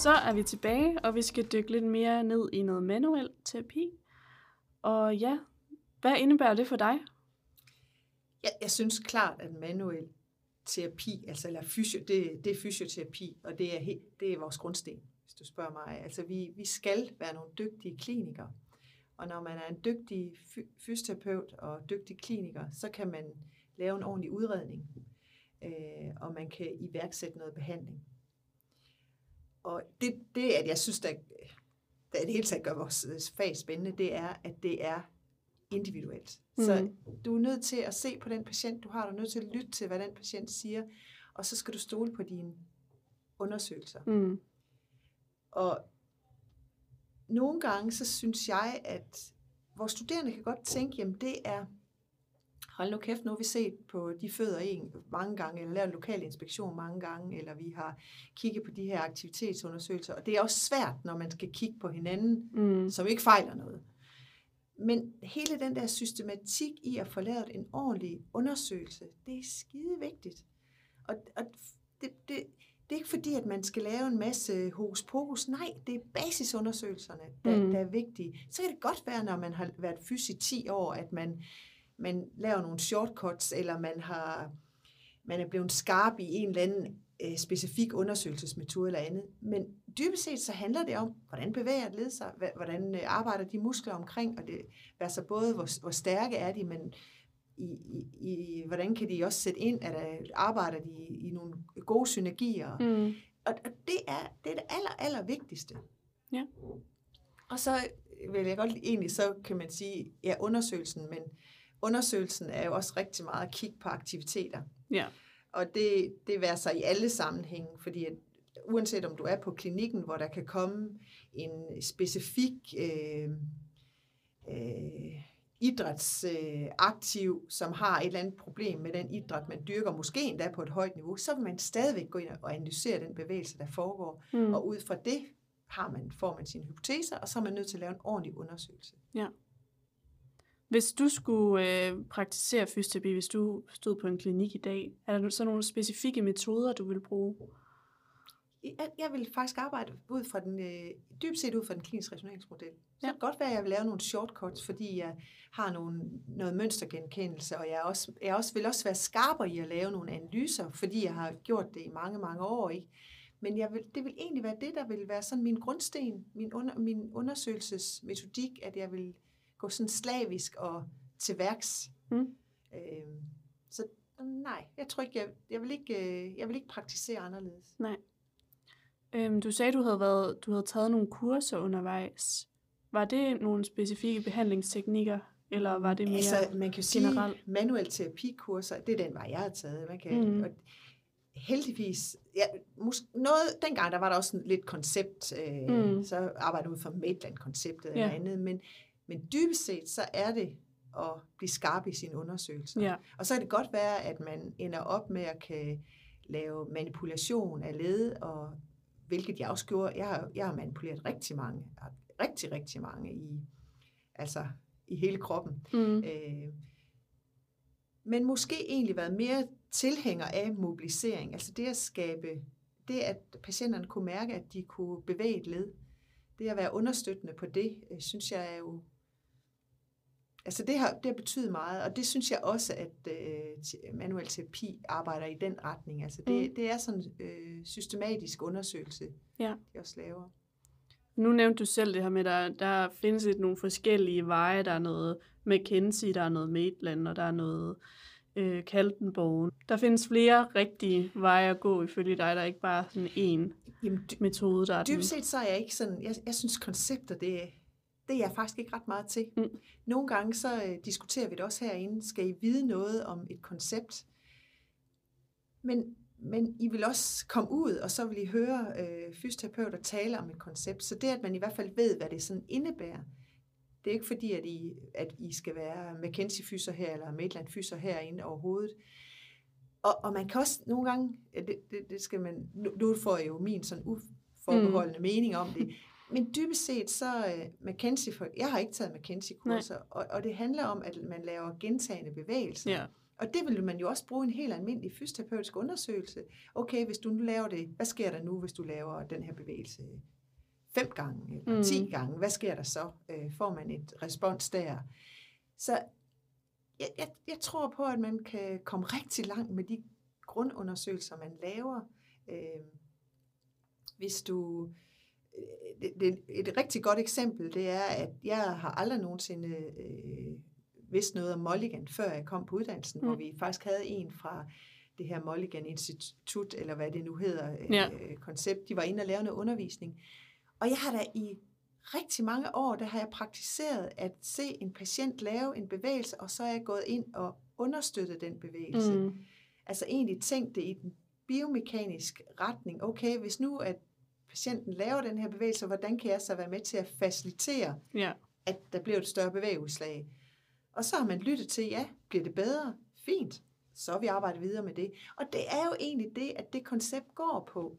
Så er vi tilbage, og vi skal dykke lidt mere ned i noget manuel terapi. Og ja, hvad indebærer det for dig? Jeg synes klart, at manuel terapi, altså eller det er fysioterapi, og det er vores grundsten, hvis du spørger mig. Altså vi skal være nogle dygtige klinikere, og når man er en dygtig fysioterapeut og dygtig kliniker, så kan man lave en ordentlig udredning, og man kan iværksætte noget behandling. Og det at jeg synes, der det hele taget gør vores fag spændende, det er, at det er individuelt. Så du er nødt til at se på den patient, du har. Du er nødt til at lytte til, hvad den patient siger, og så skal du stole på dine undersøgelser. Og nogle gange, så synes jeg, at vores studerende kan godt tænke, jamen det er, hold nu kæft, nu har vi set på de fødder mange gange, eller lavet en lokal inspektion mange gange, eller vi har kigget på de her aktivitetsundersøgelser, og det er også svært, når man skal kigge på hinanden, som ikke fejler noget. Men hele den der systematik i at få lavet en ordentlig undersøgelse, det er skide vigtigt. Og det er ikke fordi, at man skal lave en masse hokus pokus. Nej, det er basisundersøgelserne, der er vigtige. Så kan det godt være, når man har været fys i 10 år, at man laver nogle shortcuts, eller man er blevet skarp i en eller anden specifik undersøgelsesmetode eller andet. Men dybest set så handler det om, hvordan bevæger et led sig, hvordan arbejder de muskler omkring, og det altså både, hvor stærke er de, men hvordan kan de også sætte ind, arbejder de i nogle gode synergier. Og det er det aller vigtigste. Ja. Og så vil jeg godt egentlig, så kan man sige, ja, undersøgelsen, men undersøgelsen er jo også rigtig meget at kigge på aktiviteter. Ja. Og det værer sig i alle sammenhænge, fordi at, uanset om du er på klinikken, hvor der kan komme en specifik idrætsaktiv, som har et eller andet problem med den idræt, man dyrker, måske endda på et højt niveau, så vil man stadigvæk gå ind og analysere den bevægelse, der foregår. Og ud fra det får man sine hypoteser, og så er man nødt til at lave en ordentlig undersøgelse. Ja. Hvis du skulle praktisere fysioterapi, hvis du stod på en klinik i dag, er der så nogle specifikke metoder, du vil bruge? Jeg vil faktisk arbejde dybt set ud fra den kliniske resoneringsmodel. Så kan det godt være, at jeg vil lave nogle shortcuts, fordi jeg har noget mønstergenkendelse, og jeg vil også være skarpere i at lave nogle analyser, fordi jeg har gjort det i mange, mange år. Ikke? Men det vil egentlig være det, der vil være sådan min grundsten, min undersøgelsesmetodik, at jeg vil gå sådan slavisk og til værks. Så nej, jeg tror ikke, jeg vil ikke praktisere anderledes. Nej. Du sagde, du havde taget nogle kurser undervejs. Var det nogle specifikke behandlingsteknikker, eller var det mere generelt? Man kan sige, manuel terapikurser, det er den vej, jeg har taget. Man kan, og heldigvis, dengang der var der også lidt koncept, så arbejdede ud fra Maitland-konceptet eller andet, men dybest set, så er det at blive skarp i sine undersøgelser. Ja. Og så kan det godt være, at man ender op med at kan lave manipulation af led, og hvilket jeg også gjorde. Jeg har manipuleret rigtig mange i hele kroppen. Men måske egentlig været mere tilhænger af mobilisering. Altså det at patienterne kunne mærke, at de kunne bevæge et led. Det at være understøttende på det, synes jeg er jo... Altså det har betydet meget, og det synes jeg også, at manuel terapi arbejder i den retning. Altså det er sådan en systematisk undersøgelse, de også laver. Nu nævnte du selv det her med, at der findes nogle forskellige veje. Der er noget McKinsey, der er noget Maitland, og der er noget Kaltenborg. Der findes flere rigtige veje at gå ifølge dig. Der er ikke bare sådan en metode, der er dybt set så er jeg ikke sådan... Jeg synes koncepter, det er jeg faktisk ikke ret meget til. Nogle gange så diskuterer vi det også herinde. Skal I vide noget om et koncept? Men I vil også komme ud, og så vil I høre fysioterapeuter tale om et koncept. Så det, at man i hvert fald ved, hvad det sådan indebærer, det er ikke fordi, at I skal være McKinsey-fyser her, eller Maitland-fyser herinde overhovedet. Og man kan også nogle gange, det skal man, nu får jeg jo min sådan uforbeholdende mening om det, men dybest set så McKinsey, jeg har ikke taget McKinsey-kurser, og det handler om, at man laver gentagende bevægelser. Ja. Og det vil man jo også bruge en helt almindelig fysioterapeutisk undersøgelse. Okay, hvis du nu laver det, hvad sker der nu, hvis du laver den her bevægelse 5 gange eller 10 gange? Hvad sker der så? Får man et respons der? Så jeg tror på, at man kan komme rigtig langt med de grundundersøgelser, man laver. Hvis du... Et rigtig godt eksempel, det er, at jeg har aldrig nogensinde vidst noget om Mulligan, før jeg kom på uddannelsen, hvor vi faktisk havde en fra det her Mulligan Institut, eller hvad det nu hedder, koncept. De var inde og lave noget undervisning. Og jeg har da i rigtig mange år, der har jeg praktiseret at se en patient lave en bevægelse, og så er jeg gået ind og understøttet den bevægelse. Altså egentlig tænkt det i den biomekaniske retning. Okay, hvis nu at patienten laver den her bevægelse, hvordan kan jeg så være med til at facilitere, at der bliver et større bevægeudslag? Og så har man lyttet til, ja, bliver det bedre? Fint. Så har vi arbejdet videre med det. Og det er jo egentlig det, at det koncept går på.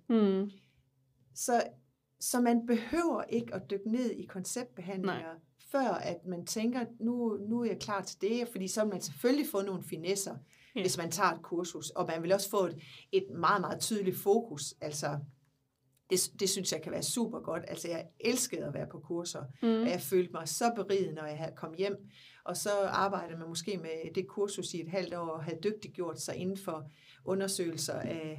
Så man behøver ikke at dykke ned i konceptbehandlinger, før at man tænker, nu er jeg klar til det, fordi så vil man selvfølgelig få nogle finesser, hvis man tager et kursus. Og man vil også få et meget, meget tydeligt fokus. Altså, det synes jeg kan være super godt. Altså, jeg elskede at være på kurser, og jeg følte mig så beriget, når jeg kom hjem. Og så arbejdede man måske med det kursus i et halvt år, og havde dygtiggjort sig inden for undersøgelser af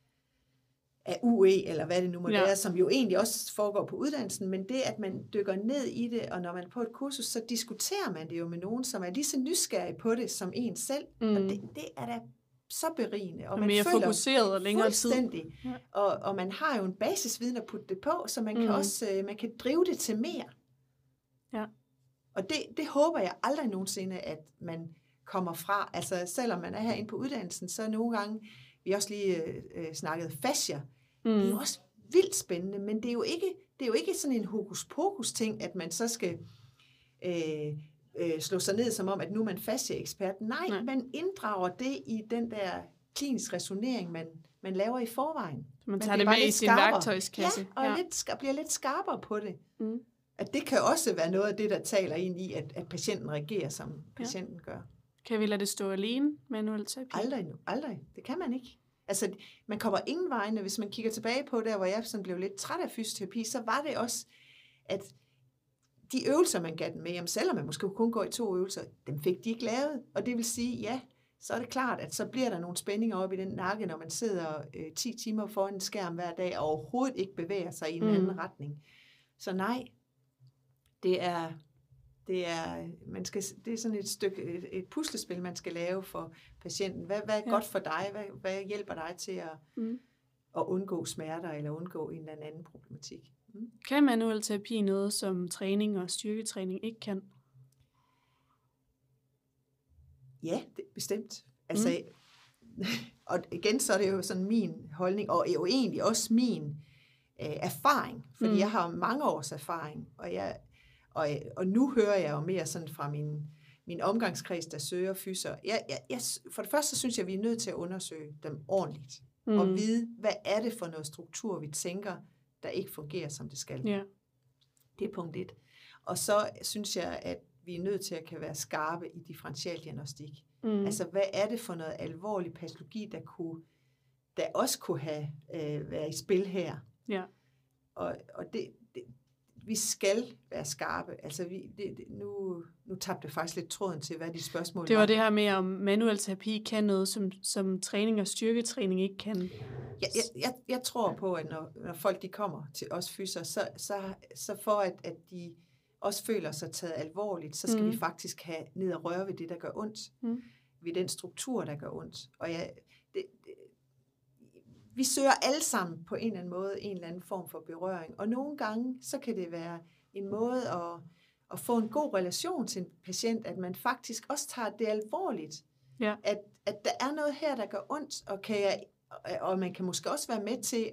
UE, eller hvad det nu må være, som jo egentlig også foregår på uddannelsen, men det, at man dykker ned i det, og når man er på et kursus, så diskuterer man det jo med nogen, som er lige så nysgerrig på det, som en selv. Og det er da så berigende. Og man mere føler fokuseret og længere tid. Og man har jo en basisviden at putte det på, så man kan også man kan drive det til mere. Ja. Og det håber jeg aldrig nogensinde, at man kommer fra. Altså selvom man er herinde på uddannelsen, så nogle gange, vi også lige snakket fascia, det er jo også vildt spændende, men det er jo ikke sådan en hokus pokus ting, at man så skal slå sig ned som om, at nu er man fascia-ekspert. Nej, man inddrager det i den der klinisk resonering, man laver i forvejen. Man tager det med i sin værktøjskasse. Ja, og bliver lidt skarpere på det. At det kan også være noget af det, der taler ind i, at patienten reagerer, som patienten gør. Kan vi lade det stå alene, manuel terapi? Aldrig. Det kan man ikke. Altså, man kommer ingen vegne. Hvis man kigger tilbage på der, hvor jeg sådan blev lidt træt af fysioterapi, så var det også, at de øvelser, man gav dem med, jamen selvom man måske kun går i 2 øvelser, dem fik de ikke lavet. Og det vil sige, ja, så er det klart, at så bliver der nogle spændinger op i den nakke, når man sidder 10 timer foran en skærm hver dag, og overhovedet ikke bevæger sig i en anden retning. Så nej, det er sådan et stykke, et puslespil, man skal lave for patienten. Hvad er godt for dig? Hvad hjælper dig til at undgå smerter, eller undgå en eller anden problematik? Kan manuel terapi noget, som træning og styrketræning ikke kan? Ja, det bestemt. Altså, og igen, så er det jo sådan min holdning, og jo egentlig også min erfaring, fordi jeg har mange års erfaring, og nu hører jeg jo mere sådan fra min omgangskreds, der søger fyser. For det første, så synes jeg, vi er nødt til at undersøge dem ordentligt, og vide, hvad er det for noget struktur, vi tænker, der ikke fungerer, som det skal. Ja. Det er punkt 1. Og så synes jeg, at vi er nødt til at kan være skarpe i differentialdiagnostik. Altså, hvad er det for noget alvorlig patologi, der også kunne have været i spil her? Ja. Og det vi skal være skarpe. Altså, nu tabte jeg faktisk lidt tråden til, hvad de spørgsmål var. Det var det her med, om manuel terapi kan noget, som træning og styrketræning ikke kan. Jeg tror på, at når folk de kommer til os fyser, så for at de også føler sig taget alvorligt, så skal vi faktisk have ned og røre ved det, der gør ondt. Ved den struktur, der gør ondt. Og vi søger alle sammen på en eller anden måde en eller anden form for berøring. Og nogle gange, så kan det være en måde at få en god relation til en patient, at man faktisk også tager det alvorligt. Ja. At der er noget her, der gør ondt, og man kan måske også være med til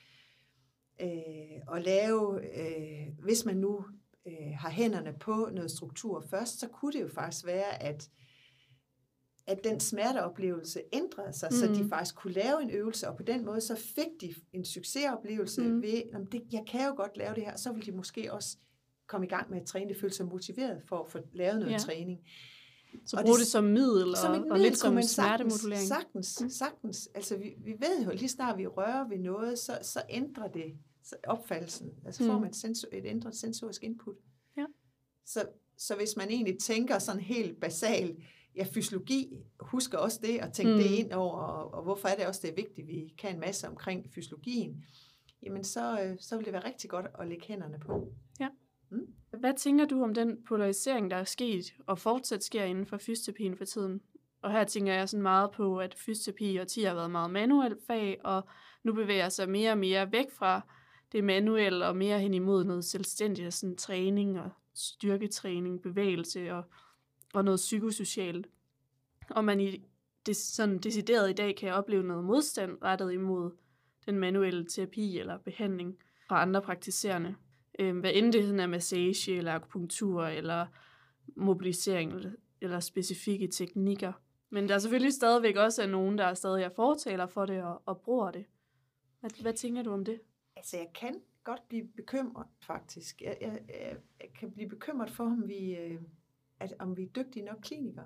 at lave, hvis man nu har hænderne på noget struktur først, så kunne det jo faktisk være, at den smerteoplevelse ændrede sig, så de faktisk kunne lave en øvelse, og på den måde så fik de en succesoplevelse ved, jeg kan jo godt lave det her, så ville de måske også komme i gang med at træne, det følte sig motiveret for at få lavet noget træning. Så bruge det som middel og lidt som smertemodulering. Sagtens. Altså vi ved jo, lige snart vi rører ved noget, så ændrer det opfattelsen. Altså får man et ændret sensorisk input. Ja. Så hvis man egentlig tænker sådan helt basalt, fysiologi, husker også det, og tænke det ind over, og hvorfor er det også det er vigtigt, vi kan en masse omkring fysiologien, jamen så vil det være rigtig godt at lægge hænderne på. Ja. Hvad tænker du om den polarisering, der er sket, og fortsat sker inden for fysioterapien for tiden? Og her tænker jeg sådan meget på, at fysioterapi og 10 har været meget manuelt fag, og nu bevæger sig mere og mere væk fra det manuelle, og mere hen imod noget selvstændigt, sådan træning og styrketræning, bevægelse og noget psykosocialt. Og man i det sådan decideret i dag kan opleve noget modstand rettet imod den manuelle terapi eller behandling fra andre praktiserende. Hvad end det sådan er massage eller akupunktur eller mobilisering eller specifikke teknikker. Men der er selvfølgelig stadigvæk også nogen, der stadig er fortaler for det og bruger det. Hvad tænker du om det? Altså jeg kan godt blive bekymret faktisk. Jeg kan blive bekymret for, om vi er dygtige nok klinikere.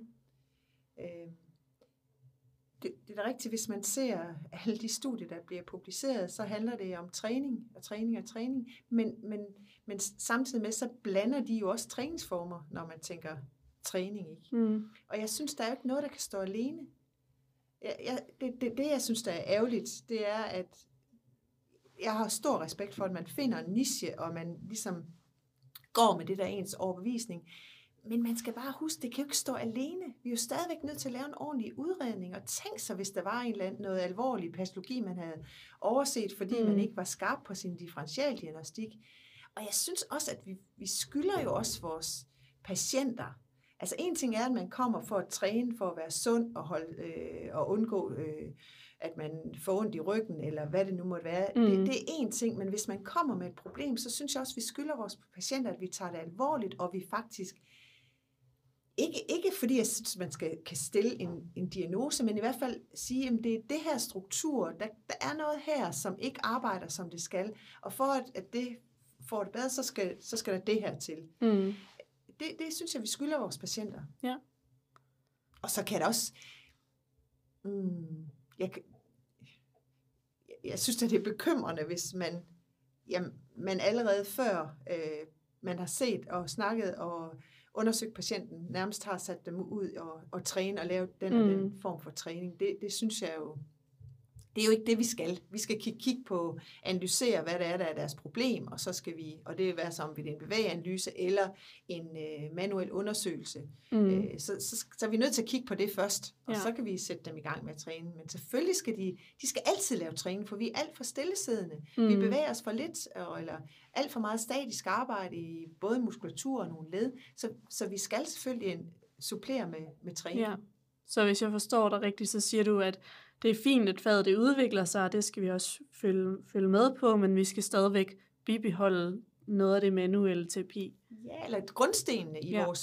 Det er da rigtigt, hvis man ser alle de studier, der bliver publiceret, så handler det om træning og træning og træning. Men samtidig med, så blander de jo også træningsformer, når man tænker træning. Ikke? Og jeg synes, der er jo ikke noget, der kan stå alene. Det, jeg synes, der er ærgerligt, det er, at jeg har stor respekt for, at man finder en niche, og man ligesom går med det der ens overbevisning. Men man skal bare huske, det kan jo ikke stå alene. Vi er jo stadigvæk nødt til at lave en ordentlig udredning, og tænk sig, hvis der var noget alvorlig patologi, man havde overset, fordi man ikke var skarp på sin differentialdiagnostik. Og jeg synes også, at vi skylder jo også vores patienter. Altså en ting er, at man kommer for at træne, for at være sund og undgå, at man får ondt i ryggen, eller hvad det nu måtte være. Det er en ting, men hvis man kommer med et problem, så synes jeg også, at vi skylder vores patienter, at vi tager det alvorligt, og vi faktisk ikke fordi jeg synes, man kan stille en diagnose, men i hvert fald sige, at det er det her struktur, der er noget her, som ikke arbejder, som det skal, og for at det får det bedre, så skal der det her til. Det synes jeg, vi skylder vores patienter. Ja. Og så kan det også... Jeg synes, at det er bekymrende, hvis man allerede før man har set og snakket og undersøgt patienten, nærmest har sat dem ud og træne og lave den og den form for træning. Det synes jeg jo, det er jo ikke det, vi skal. Vi skal kigge på, analysere, hvad det er, der er deres problem, og så skal vi, og det vil være som ved en bevægeanalyse eller en manuel undersøgelse. Så er vi nødt til at kigge på det først, og så kan vi sætte dem i gang med at træne. Men selvfølgelig skal de skal altid lave træning, for vi er alt for stillesiddende. Vi bevæger os for lidt, eller alt for meget statisk arbejde i både muskulatur og nogle led, så vi skal selvfølgelig supplere med træning. Ja. Så hvis jeg forstår dig rigtigt, så siger du, at det er fint, at faget det udvikler sig, og det skal vi også følge med på, men vi skal stadigvæk bibeholde noget af det manuelle terapi. Ja, eller grundstenene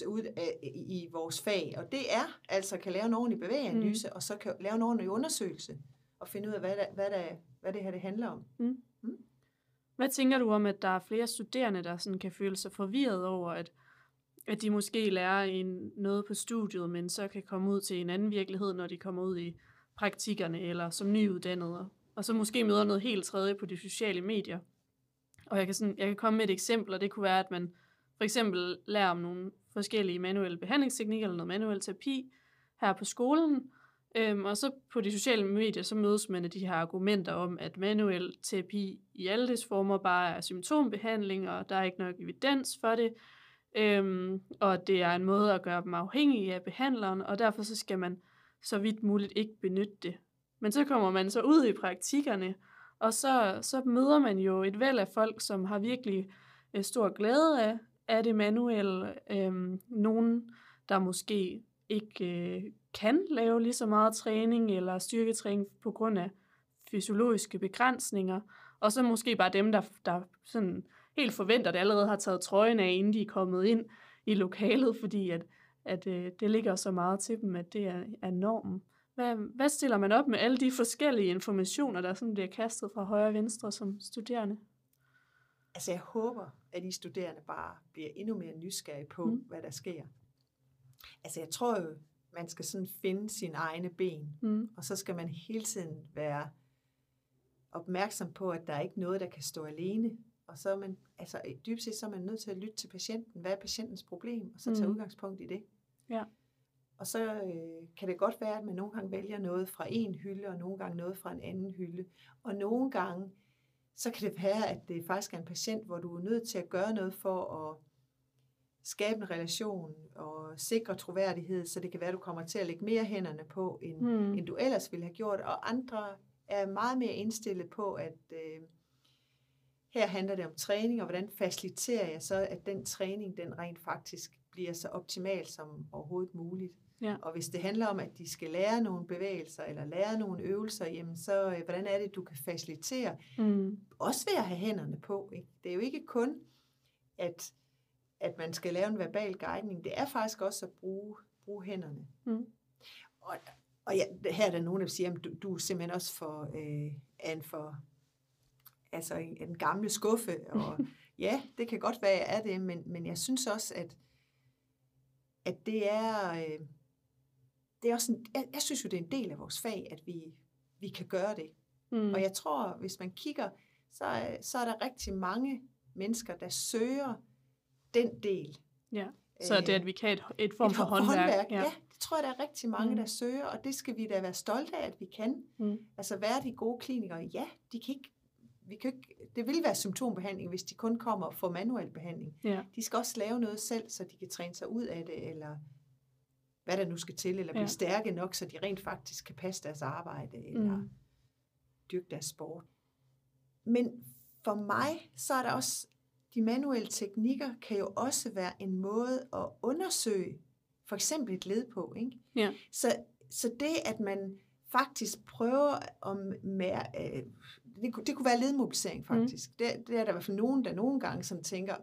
i vores fag, og det er altså kan lave en ordentlig bevægeanalyse, og så kan lave en ordentlig undersøgelse, og finde ud af, hvad det her det handler om. Hvad tænker du om, at der er flere studerende, der sådan kan føle sig forvirret over, at de måske lærer noget på studiet, men så kan komme ud til en anden virkelighed, når de kommer ud i praktikkerne eller som nyuddannede, og så måske møder noget helt tredje på de sociale medier. Og jeg kan komme med et eksempel, og det kunne være, at man for eksempel lærer om nogle forskellige manuelle behandlingsteknikker eller noget manuel terapi her på skolen, og så på de sociale medier, så mødes man af de her argumenter om, at manuel terapi i alle dets former bare er symptombehandling, og der er ikke nok evidens for det, og det er en måde at gøre dem afhængige af behandleren, og derfor så skal man så vidt muligt ikke benytte det. Men så kommer man så ud i praktikkerne, og så møder man jo et væld af folk, som har virkelig stor glæde af det manuelle. Nogen, der måske ikke kan lave lige så meget træning eller styrketræning på grund af fysiologiske begrænsninger, og så måske bare dem, der sådan helt forventer, at allerede har taget trøjen af, inden de er kommet ind i lokalet, fordi at det ligger så meget til dem, at det er normen. Hvad stiller man op med alle de forskellige informationer, der sådan bliver kastet fra højre og venstre som studerende? Altså jeg håber, at de studerende bare bliver endnu mere nysgerrige på, hvad der sker. Altså jeg tror jo, man skal sådan finde sine egne ben, og så skal man hele tiden være opmærksom på, at der er ikke noget, der kan stå alene. Og så er man, altså dybest set, så er man nødt til at lytte til patienten. Hvad er patientens problem? Og så tage udgangspunkt i det. Ja. Og så kan det godt være, at man nogle gange vælger noget fra en hylde, og nogle gange noget fra en anden hylde. Og nogle gange, så kan det være, at det faktisk er en patient, hvor du er nødt til at gøre noget for at skabe en relation og sikre troværdighed, så det kan være, at du kommer til at lægge mere hænderne på, end du ellers ville have gjort. Og andre er meget mere indstillet på, at her handler det om træning, og hvordan faciliterer jeg så, at den træning, den rent faktisk bliver så optimal som overhovedet muligt. Ja. Og hvis det handler om, at de skal lære nogle bevægelser, eller lære nogle øvelser, jamen så hvordan er det, du kan facilitere? Også ved at have hænderne på. Ikke? Det er jo ikke kun, at man skal lave en verbal guidning. Det er faktisk også at bruge hænderne. Og ja, her er der nogen, der siger, at du er simpelthen også for altså en gamle skuffe. Og ja, det kan godt være, jeg er det, men jeg synes også, at det er... Det er også jeg synes jo, det er en del af vores fag, at vi kan gøre det. Og jeg tror, hvis man kigger, så er der rigtig mange mennesker, der søger den del. Ja, så det at vi kan et form for håndværk. Ja, det tror jeg, der er rigtig mange, der søger, og det skal vi da være stolte af, at vi kan. Altså være de gode klinikere. Ja, de kan ikke, det vil være symptombehandling, hvis de kun kommer og får manuel behandling. Ja. De skal også lave noget selv, så de kan træne sig ud af det, eller hvad der nu skal til, eller blive stærke nok, så de rent faktisk kan passe deres arbejde, eller dyrke deres sport. Men for mig, så er der også, de manuelle teknikker kan jo også være en måde at undersøge, for eksempel et led på, ikke? Ja. Så det, at man faktisk prøver det kunne være ledmobilisering faktisk. Det er der i hvert fald nogen, der nogle gange som tænker,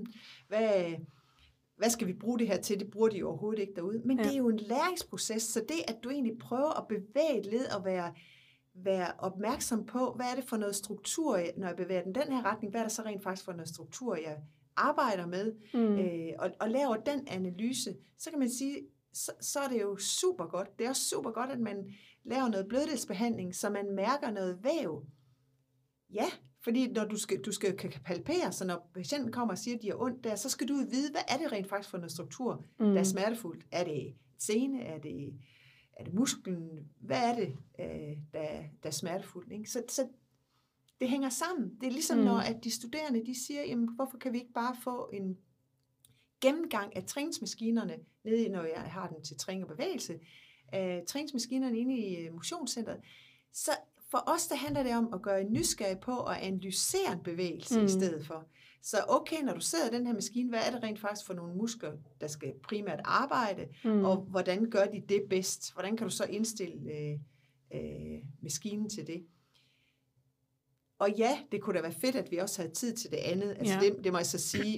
hvad skal vi bruge det her til? Det bruger de jo overhovedet ikke derude. Men det er jo en læringsproces, så det, at du egentlig prøver at bevæge et led og være opmærksom på, hvad er det for noget struktur, når jeg bevæger den her retning, hvad er der så rent faktisk for noget struktur, jeg arbejder med, og laver den analyse, så kan man sige, så er det jo super godt. Det er også super godt, at man laver noget blødelsesbehandling, så man mærker noget væv. Ja, fordi når du skal kan palpere, så når patienten kommer og siger, at de har ondt der, så skal du vide, hvad er det rent faktisk for noget struktur, der er smertefuldt. Er det sene? Er det musklen? Hvad er det, der er smertefuldt? Ikke? Så det hænger sammen. Det er ligesom når at de studerende de siger, jamen, hvorfor kan vi ikke bare få en gennemgang af træningsmaskinerne, nede når jeg har den til træning og bevægelse, træningsmaskinerne inde i motionscenteret. Så for os, der handler det om at gøre en nysgerrig på at analysere en bevægelse i stedet for. Så okay, når du sidder i den her maskine, hvad er det rent faktisk for nogle muskler, der skal primært arbejde, og hvordan gør de det bedst? Hvordan kan du så indstille maskinen til det? Og ja, det kunne da være fedt, at vi også havde tid til det andet. Altså det må jeg så sige,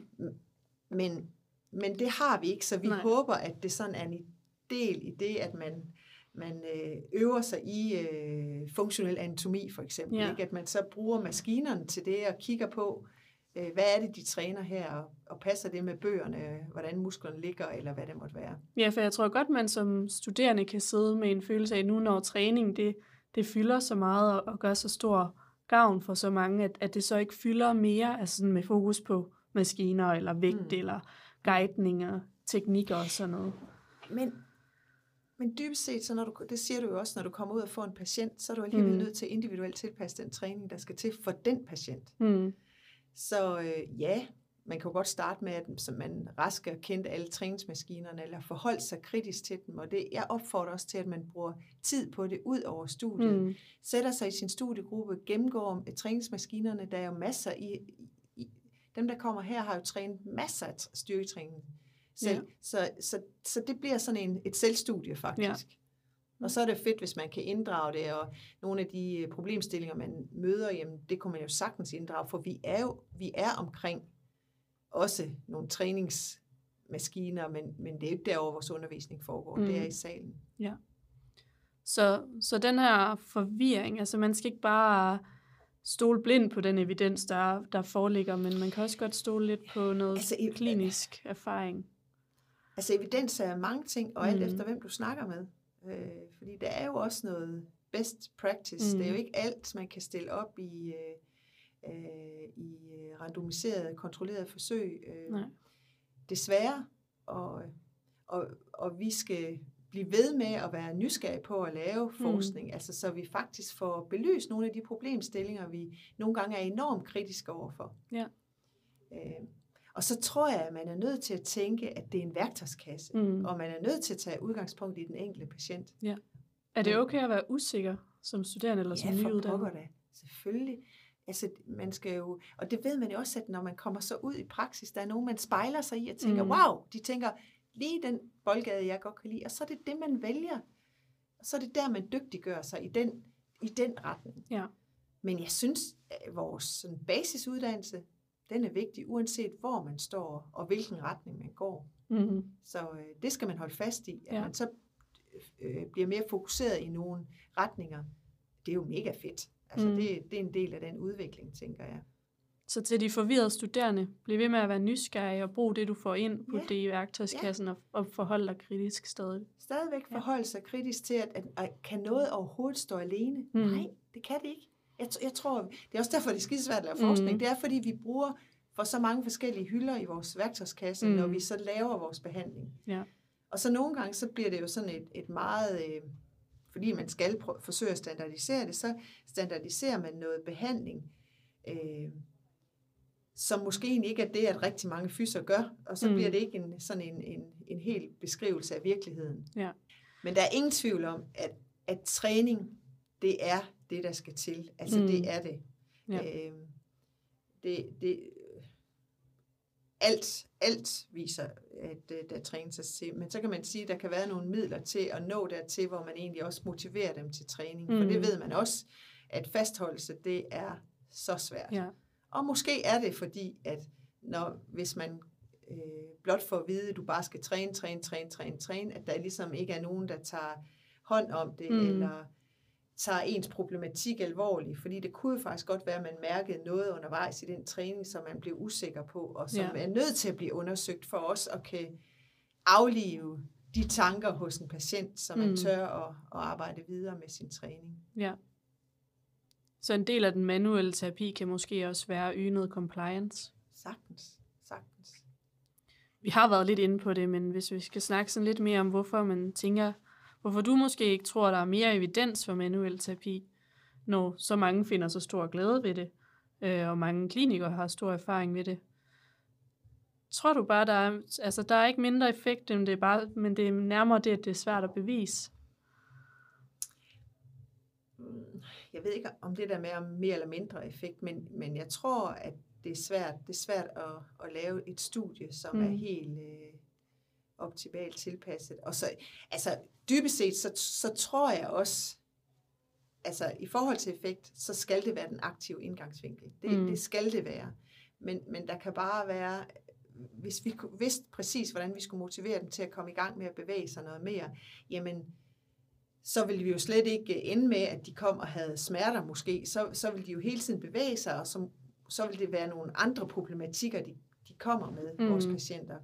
men det har vi ikke, så vi håber, at det sådan er en del i det, at man øver sig i funktionel anatomi for eksempel. Ikke? At man så bruger maskinerne til det og kigger på, hvad er det, de træner her, og passer det med bøgerne, hvordan musklerne ligger, eller hvad det måtte være. Ja, for jeg tror godt, man som studerende kan sidde med en følelse af, nu når træning det fylder så meget og gør så stor gavn for så mange, at det så ikke fylder mere, altså sådan med fokus på maskiner, eller vægt, eller guidninger, teknikker og sådan noget. Men dybest set, så det siger du jo også, når du kommer ud og får en patient, så er du alligevel nødt til individuelt tilpasse den træning, der skal til for den patient. Så man kan jo godt starte med, at man rask har kendt alle træningsmaskinerne, eller forholdt sig kritisk til dem, og jeg opfordrer også til, at man bruger tid på det ud over studiet. Sætter sig i sin studiegruppe, gennemgår træningsmaskinerne, der er jo masser i dem, der kommer her, har jo trænet masser af styrketræning selv. Så det bliver sådan et selvstudie faktisk. Og så er det fedt, hvis man kan inddrage det, og nogle af de problemstillinger, man møder, jamen, det kunne man jo sagtens inddrage, for vi er omkring også nogle træningsmaskiner, men det er ikke derovre, vores undervisning foregår. Det er i salen. Ja. Så den her forvirring, altså man skal ikke bare stole blind på den evidens, der foreligger, men man kan også godt stole lidt på noget klinisk erfaring. Altså evidens er mange ting, og alt efter hvem du snakker med. Fordi der er jo også noget best practice. Det er jo ikke alt, man kan stille op i randomiserede, kontrollerede forsøg. Desværre. Og vi skal blive ved med at være nysgerrige på at lave forskning, altså så vi faktisk får belyst nogle af de problemstillinger, vi nogle gange er enormt kritiske overfor. Ja. Og så tror jeg, at man er nødt til at tænke, at det er en værktøjskasse, og man er nødt til at tage udgangspunkt i den enkelte patient. Ja. Er det okay at være usikker som studerende eller som nyuddannet? Ja, for pokker da. Selvfølgelig. Altså, man skal jo, og det ved man jo også, at når man kommer så ud i praksis, der er nogen, man spejler sig i og tænker, wow, de tænker, lige den boldgade, jeg godt kan lide, og så er det det, man vælger. Og så er det der, man dygtiggør sig i den retning. Ja. Men jeg synes, at vores sådan, basisuddannelse, den er vigtig, uanset hvor man står, og hvilken retning man går. Så det skal man holde fast i, at man så bliver mere fokuseret i nogle retninger. Det er jo mega fedt. Altså det er en del af den udvikling, tænker jeg. Så til de forvirrede studerende, bliv ved med at være nysgerrig og brug det, du får ind på det i værktøjskassen og forholde dig kritisk stadig. Stadigvæk forholde sig kritisk til, at kan noget overhovedet stå alene? Nej, det kan det ikke. Jeg tror, det er også derfor, det er skidesvært at lave forskning. Det er, fordi vi bruger for så mange forskellige hylder i vores værktøjskasse, når vi så laver vores behandling. Ja. Og så nogle gange, så bliver det jo sådan et meget... fordi man skal forsøge at standardisere det, så standardiserer man noget behandling, som måske egentlig ikke er det, at rigtig mange fyser gør, og så bliver det ikke en hel beskrivelse af virkeligheden. Ja. Men der er ingen tvivl om, at træning, det er det, der skal til. Altså det er det. Ja. Alt viser, at der trænes til. Men så kan man sige, at der kan være nogle midler til at nå dertil, hvor man egentlig også motiverer dem til træning. For det ved man også, at fastholdelse, det er så svært. Ja. Og måske er det fordi, at hvis man blot får at vide, at du bare skal træne, at der ligesom ikke er nogen, der tager hånd om det, eller tager ens problematik alvorligt, fordi det kunne faktisk godt være, at man mærkede noget undervejs i den træning, som man blev usikker på, og som er nødt til at blive undersøgt for os, at kan aflive de tanker hos en patient, så man tør at arbejde videre med sin træning. Ja. Så en del af den manuelle terapi kan måske også være at yde noget compliance? Sagtens. Vi har været lidt inde på det, men hvis vi skal snakke sådan lidt mere om, hvorfor du måske ikke tror, der er mere evidens for manuel terapi, når så mange finder så stor glæde ved det, og mange klinikere har stor erfaring ved det. Tror du bare, der er ikke mindre effekt, end men det er nærmere det, at det er svært at bevise? Jeg ved ikke, om det der med om mere eller mindre effekt, men jeg tror, at det er svært at lave et studie, som er helt optimalt tilpasset. Og så, altså dybest set, så tror jeg også, altså i forhold til effekt, så skal det være den aktive indgangsvinkel. Det skal det være. Men der kan bare være, hvis vi vidste præcis, hvordan vi skulle motivere dem til at komme i gang med at bevæge sig noget mere, jamen, så ville vi jo slet ikke ende med, at de kom og havde smerter måske. Så ville de jo hele tiden bevæge sig, og så ville det være nogle andre problematikker, de kommer med, vores patienter.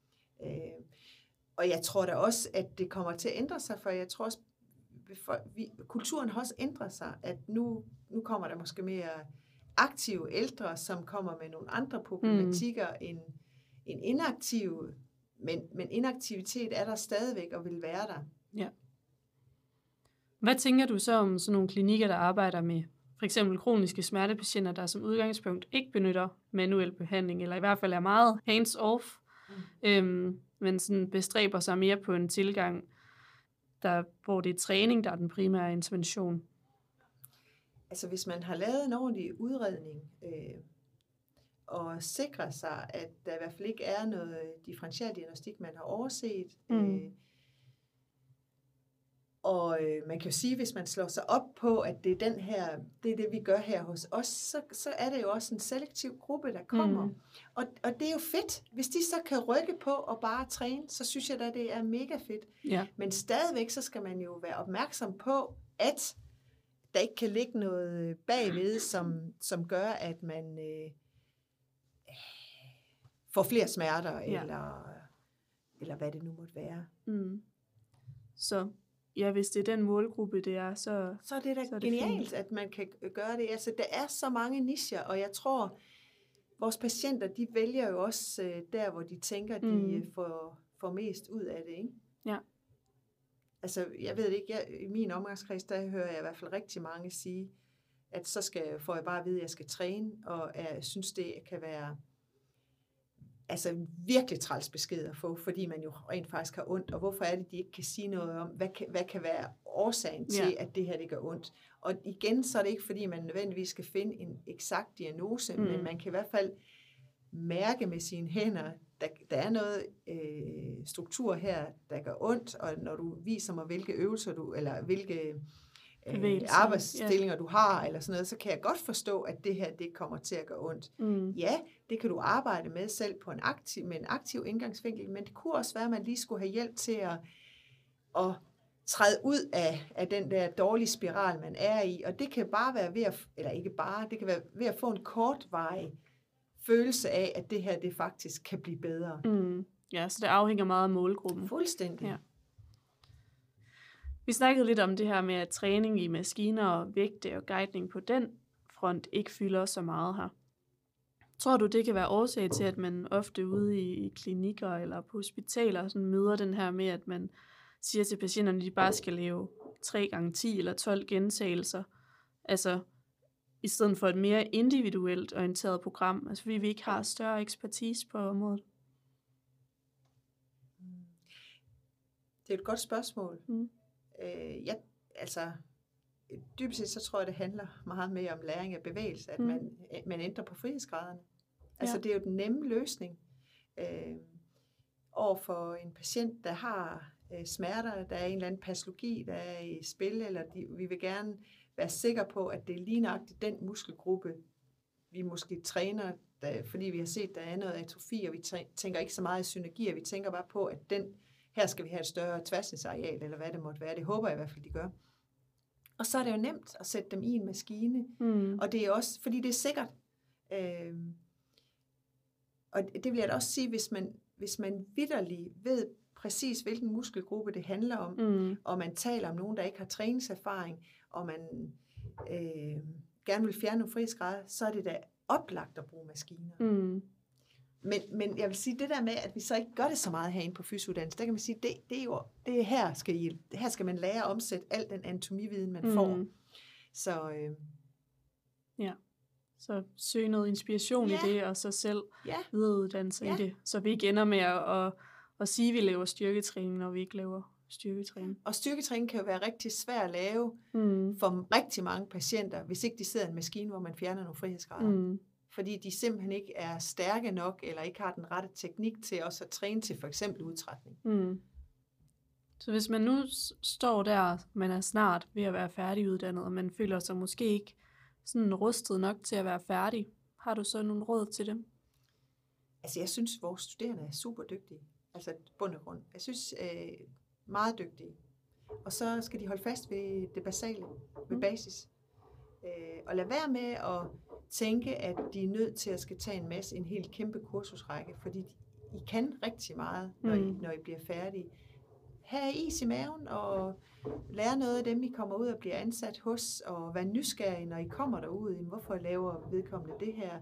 Og jeg tror da også, at det kommer til at ændre sig, for jeg tror også, kulturen har også ændret sig, at nu kommer der måske mere aktive ældre, som kommer med nogle andre problematikker end inaktive, men inaktivitet er der stadigvæk og vil være der. Ja. Hvad tænker du så om sådan nogle klinikker, der arbejder med for eksempel kroniske smertepatienter, der som udgangspunkt ikke benytter manuel behandling, eller i hvert fald er meget hands-off, men sådan bestræber sig mere på en tilgang, hvor det er træning, der er den primære intervention? Altså hvis man har lavet en ordentlig udredning, og sikrer sig, at der i hvert fald ikke er noget differentialdiagnostik, man har overset, og man kan jo sige, hvis man slår sig op på, at det er det vi gør her hos os, så er det jo også en selektiv gruppe, der kommer. Og det er jo fedt. Hvis de så kan rykke på og bare træne, så synes jeg da, det er mega fedt. Ja. Men stadigvæk, så skal man jo være opmærksom på, at der ikke kan ligge noget bagved, som gør, at man får flere smerter, eller eller hvad det nu måtte være. Så ja, hvis det er den målgruppe, det er, så er det da så er det genialt, fint. at man kan gøre det. Altså, der er så mange nicher, og jeg tror, vores patienter, de vælger jo også der, hvor de tænker, de får mest ud af det, ikke? Ja. Altså, jeg ved ikke, i min omgangskreds, der hører jeg i hvert fald rigtig mange sige, at så får jeg bare at vide, at jeg skal træne, og jeg synes, det kan være altså virkelig træls besked at få, fordi man jo rent faktisk har ondt, og hvorfor er det, de ikke kan sige noget om, hvad kan være årsagen til, at det her det gør ondt. Og igen, så er det ikke, fordi man nødvendigvis skal finde en eksakt diagnose, men man kan i hvert fald mærke med sine hænder, der er noget struktur her, der gør ondt, og når du viser mig, hvilke øvelser eller hvilke arbejdsstillinger du har, eller sådan noget, så kan jeg godt forstå, at det her, det kommer til at gøre ondt. Ja, det kan du arbejde med selv på med en aktiv indgangsvinkel, men det kunne også være, at man lige skulle have hjælp til at træde ud af den der dårlige spiral, man er i, og det kan bare være ved at, eller ikke bare, det kan være ved at få en kortvarig følelse af, at det her, det faktisk kan blive bedre. Ja, så det afhænger meget af målgruppen. Fuldstændig. Ja. Vi snakkede lidt om det her med, at træning i maskiner og vægte og guidning på den front ikke fylder så meget her. Tror du, det kan være årsag til, at man ofte ude i klinikker eller på hospitaler sådan møder den her med, at man siger til patienterne, at de bare skal lave 3x10 eller 12 gentagelser, altså i stedet for et mere individuelt orienteret program, altså fordi vi ikke har større ekspertise på området? Det er et godt spørgsmål. Dybest set så tror jeg, det handler meget mere om læring af bevægelse, at man ændrer på frihedsgraderne. Altså det er jo den nemme løsning over for en patient, der har smerter, der er en eller anden patologi, der er i spil, eller vi vil gerne være sikre på, at det er lige nøjagtigt den muskelgruppe, vi måske træner, fordi vi har set, der er noget atrofi, og vi tænker ikke så meget i synergier, vi tænker bare på, at her skal vi have et større tværsnitsareal, eller hvad det måtte være. Det håber jeg i hvert fald, de gør. Og så er det jo nemt at sætte dem i en maskine, og det er også, fordi det er sikkert. Og det vil jeg da også sige, hvis man vitterligt ved præcis, hvilken muskelgruppe det handler om, og man taler om nogen, der ikke har træningserfaring, og man gerne vil fjerne nogle frihedsgrader, så er det da oplagt at bruge maskiner. Men jeg vil sige, det der med, at vi så ikke gør det så meget herinde på fysiuddannelsen, der kan man sige, det er her skal man lære at omsætte al den anatomividen, man får. Så så søge noget inspiration i det, og så selv videreuddanne sig i det, så vi ikke ender med at sige, at vi laver styrketræning, når vi ikke laver styrketræning. Og styrketræning kan jo være rigtig svært at lave for rigtig mange patienter, hvis ikke de sidder i en maskine, hvor man fjerner nogle frihedsgrader. Fordi de simpelthen ikke er stærke nok, eller ikke har den rette teknik til også at træne til for eksempel udtrætning. Så hvis man nu står der, man er snart ved at være færdiguddannet, og man føler sig måske ikke sådan rustet nok til at være færdig, har du så nogle råd til dem? Altså jeg synes, vores studerende er super dygtige. Altså bund og grund. Jeg synes, meget dygtige. Og så skal de holde fast ved det basale, ved basis. Og lad være med at tænke, at de er nødt til at skal tage en helt kæmpe kursusrække, fordi I kan rigtig meget, når I bliver færdige. have is i maven og lære noget af dem, I kommer ud og bliver ansat hos, og være nysgerrige, når I kommer derud. Hvorfor laver vedkommende det her?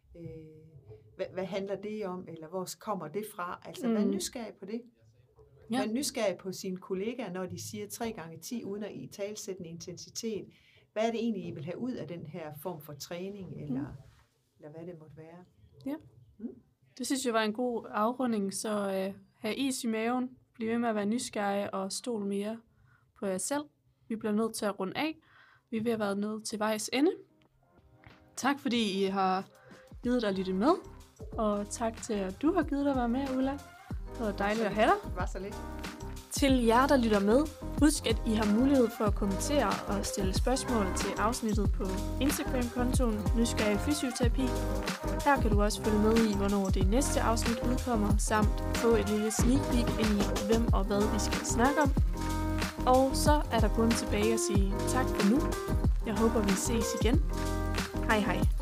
Hvad handler det om? Eller hvor kommer det fra? Altså, vær nysgerrig på det. Ja. Vær nysgerrig på sine kollegaer, når de siger 3x10, uden at I talsætte en intensitet. Hvad er det egentlig, I vil have ud af den her form for træning, eller hvad det måtte være? Ja. Det synes jeg var en god afrunding, så have is i maven, bliv ved med at være nysgerrig og stol mere på jer selv. Vi bliver nødt til at runde af. Vi er ved at være nået til vejs ende. Tak fordi I har givet dig at lytte med, og tak til at du har givet dig at være med, Ulla. Det var dejligt at have dig. Det var så lidt. Til jer, der lytter med, husk at I har mulighed for at kommentere og stille spørgsmål til afsnittet på Instagram-kontoen Nysgerrig Fysioterapi. Her kan du også følge med i, hvornår det næste afsnit udkommer, samt få et lille sneak peek ind i, hvem og hvad vi skal snakke om. Og så er der kun tilbage at sige tak for nu. Jeg håber, vi ses igen. Hej hej.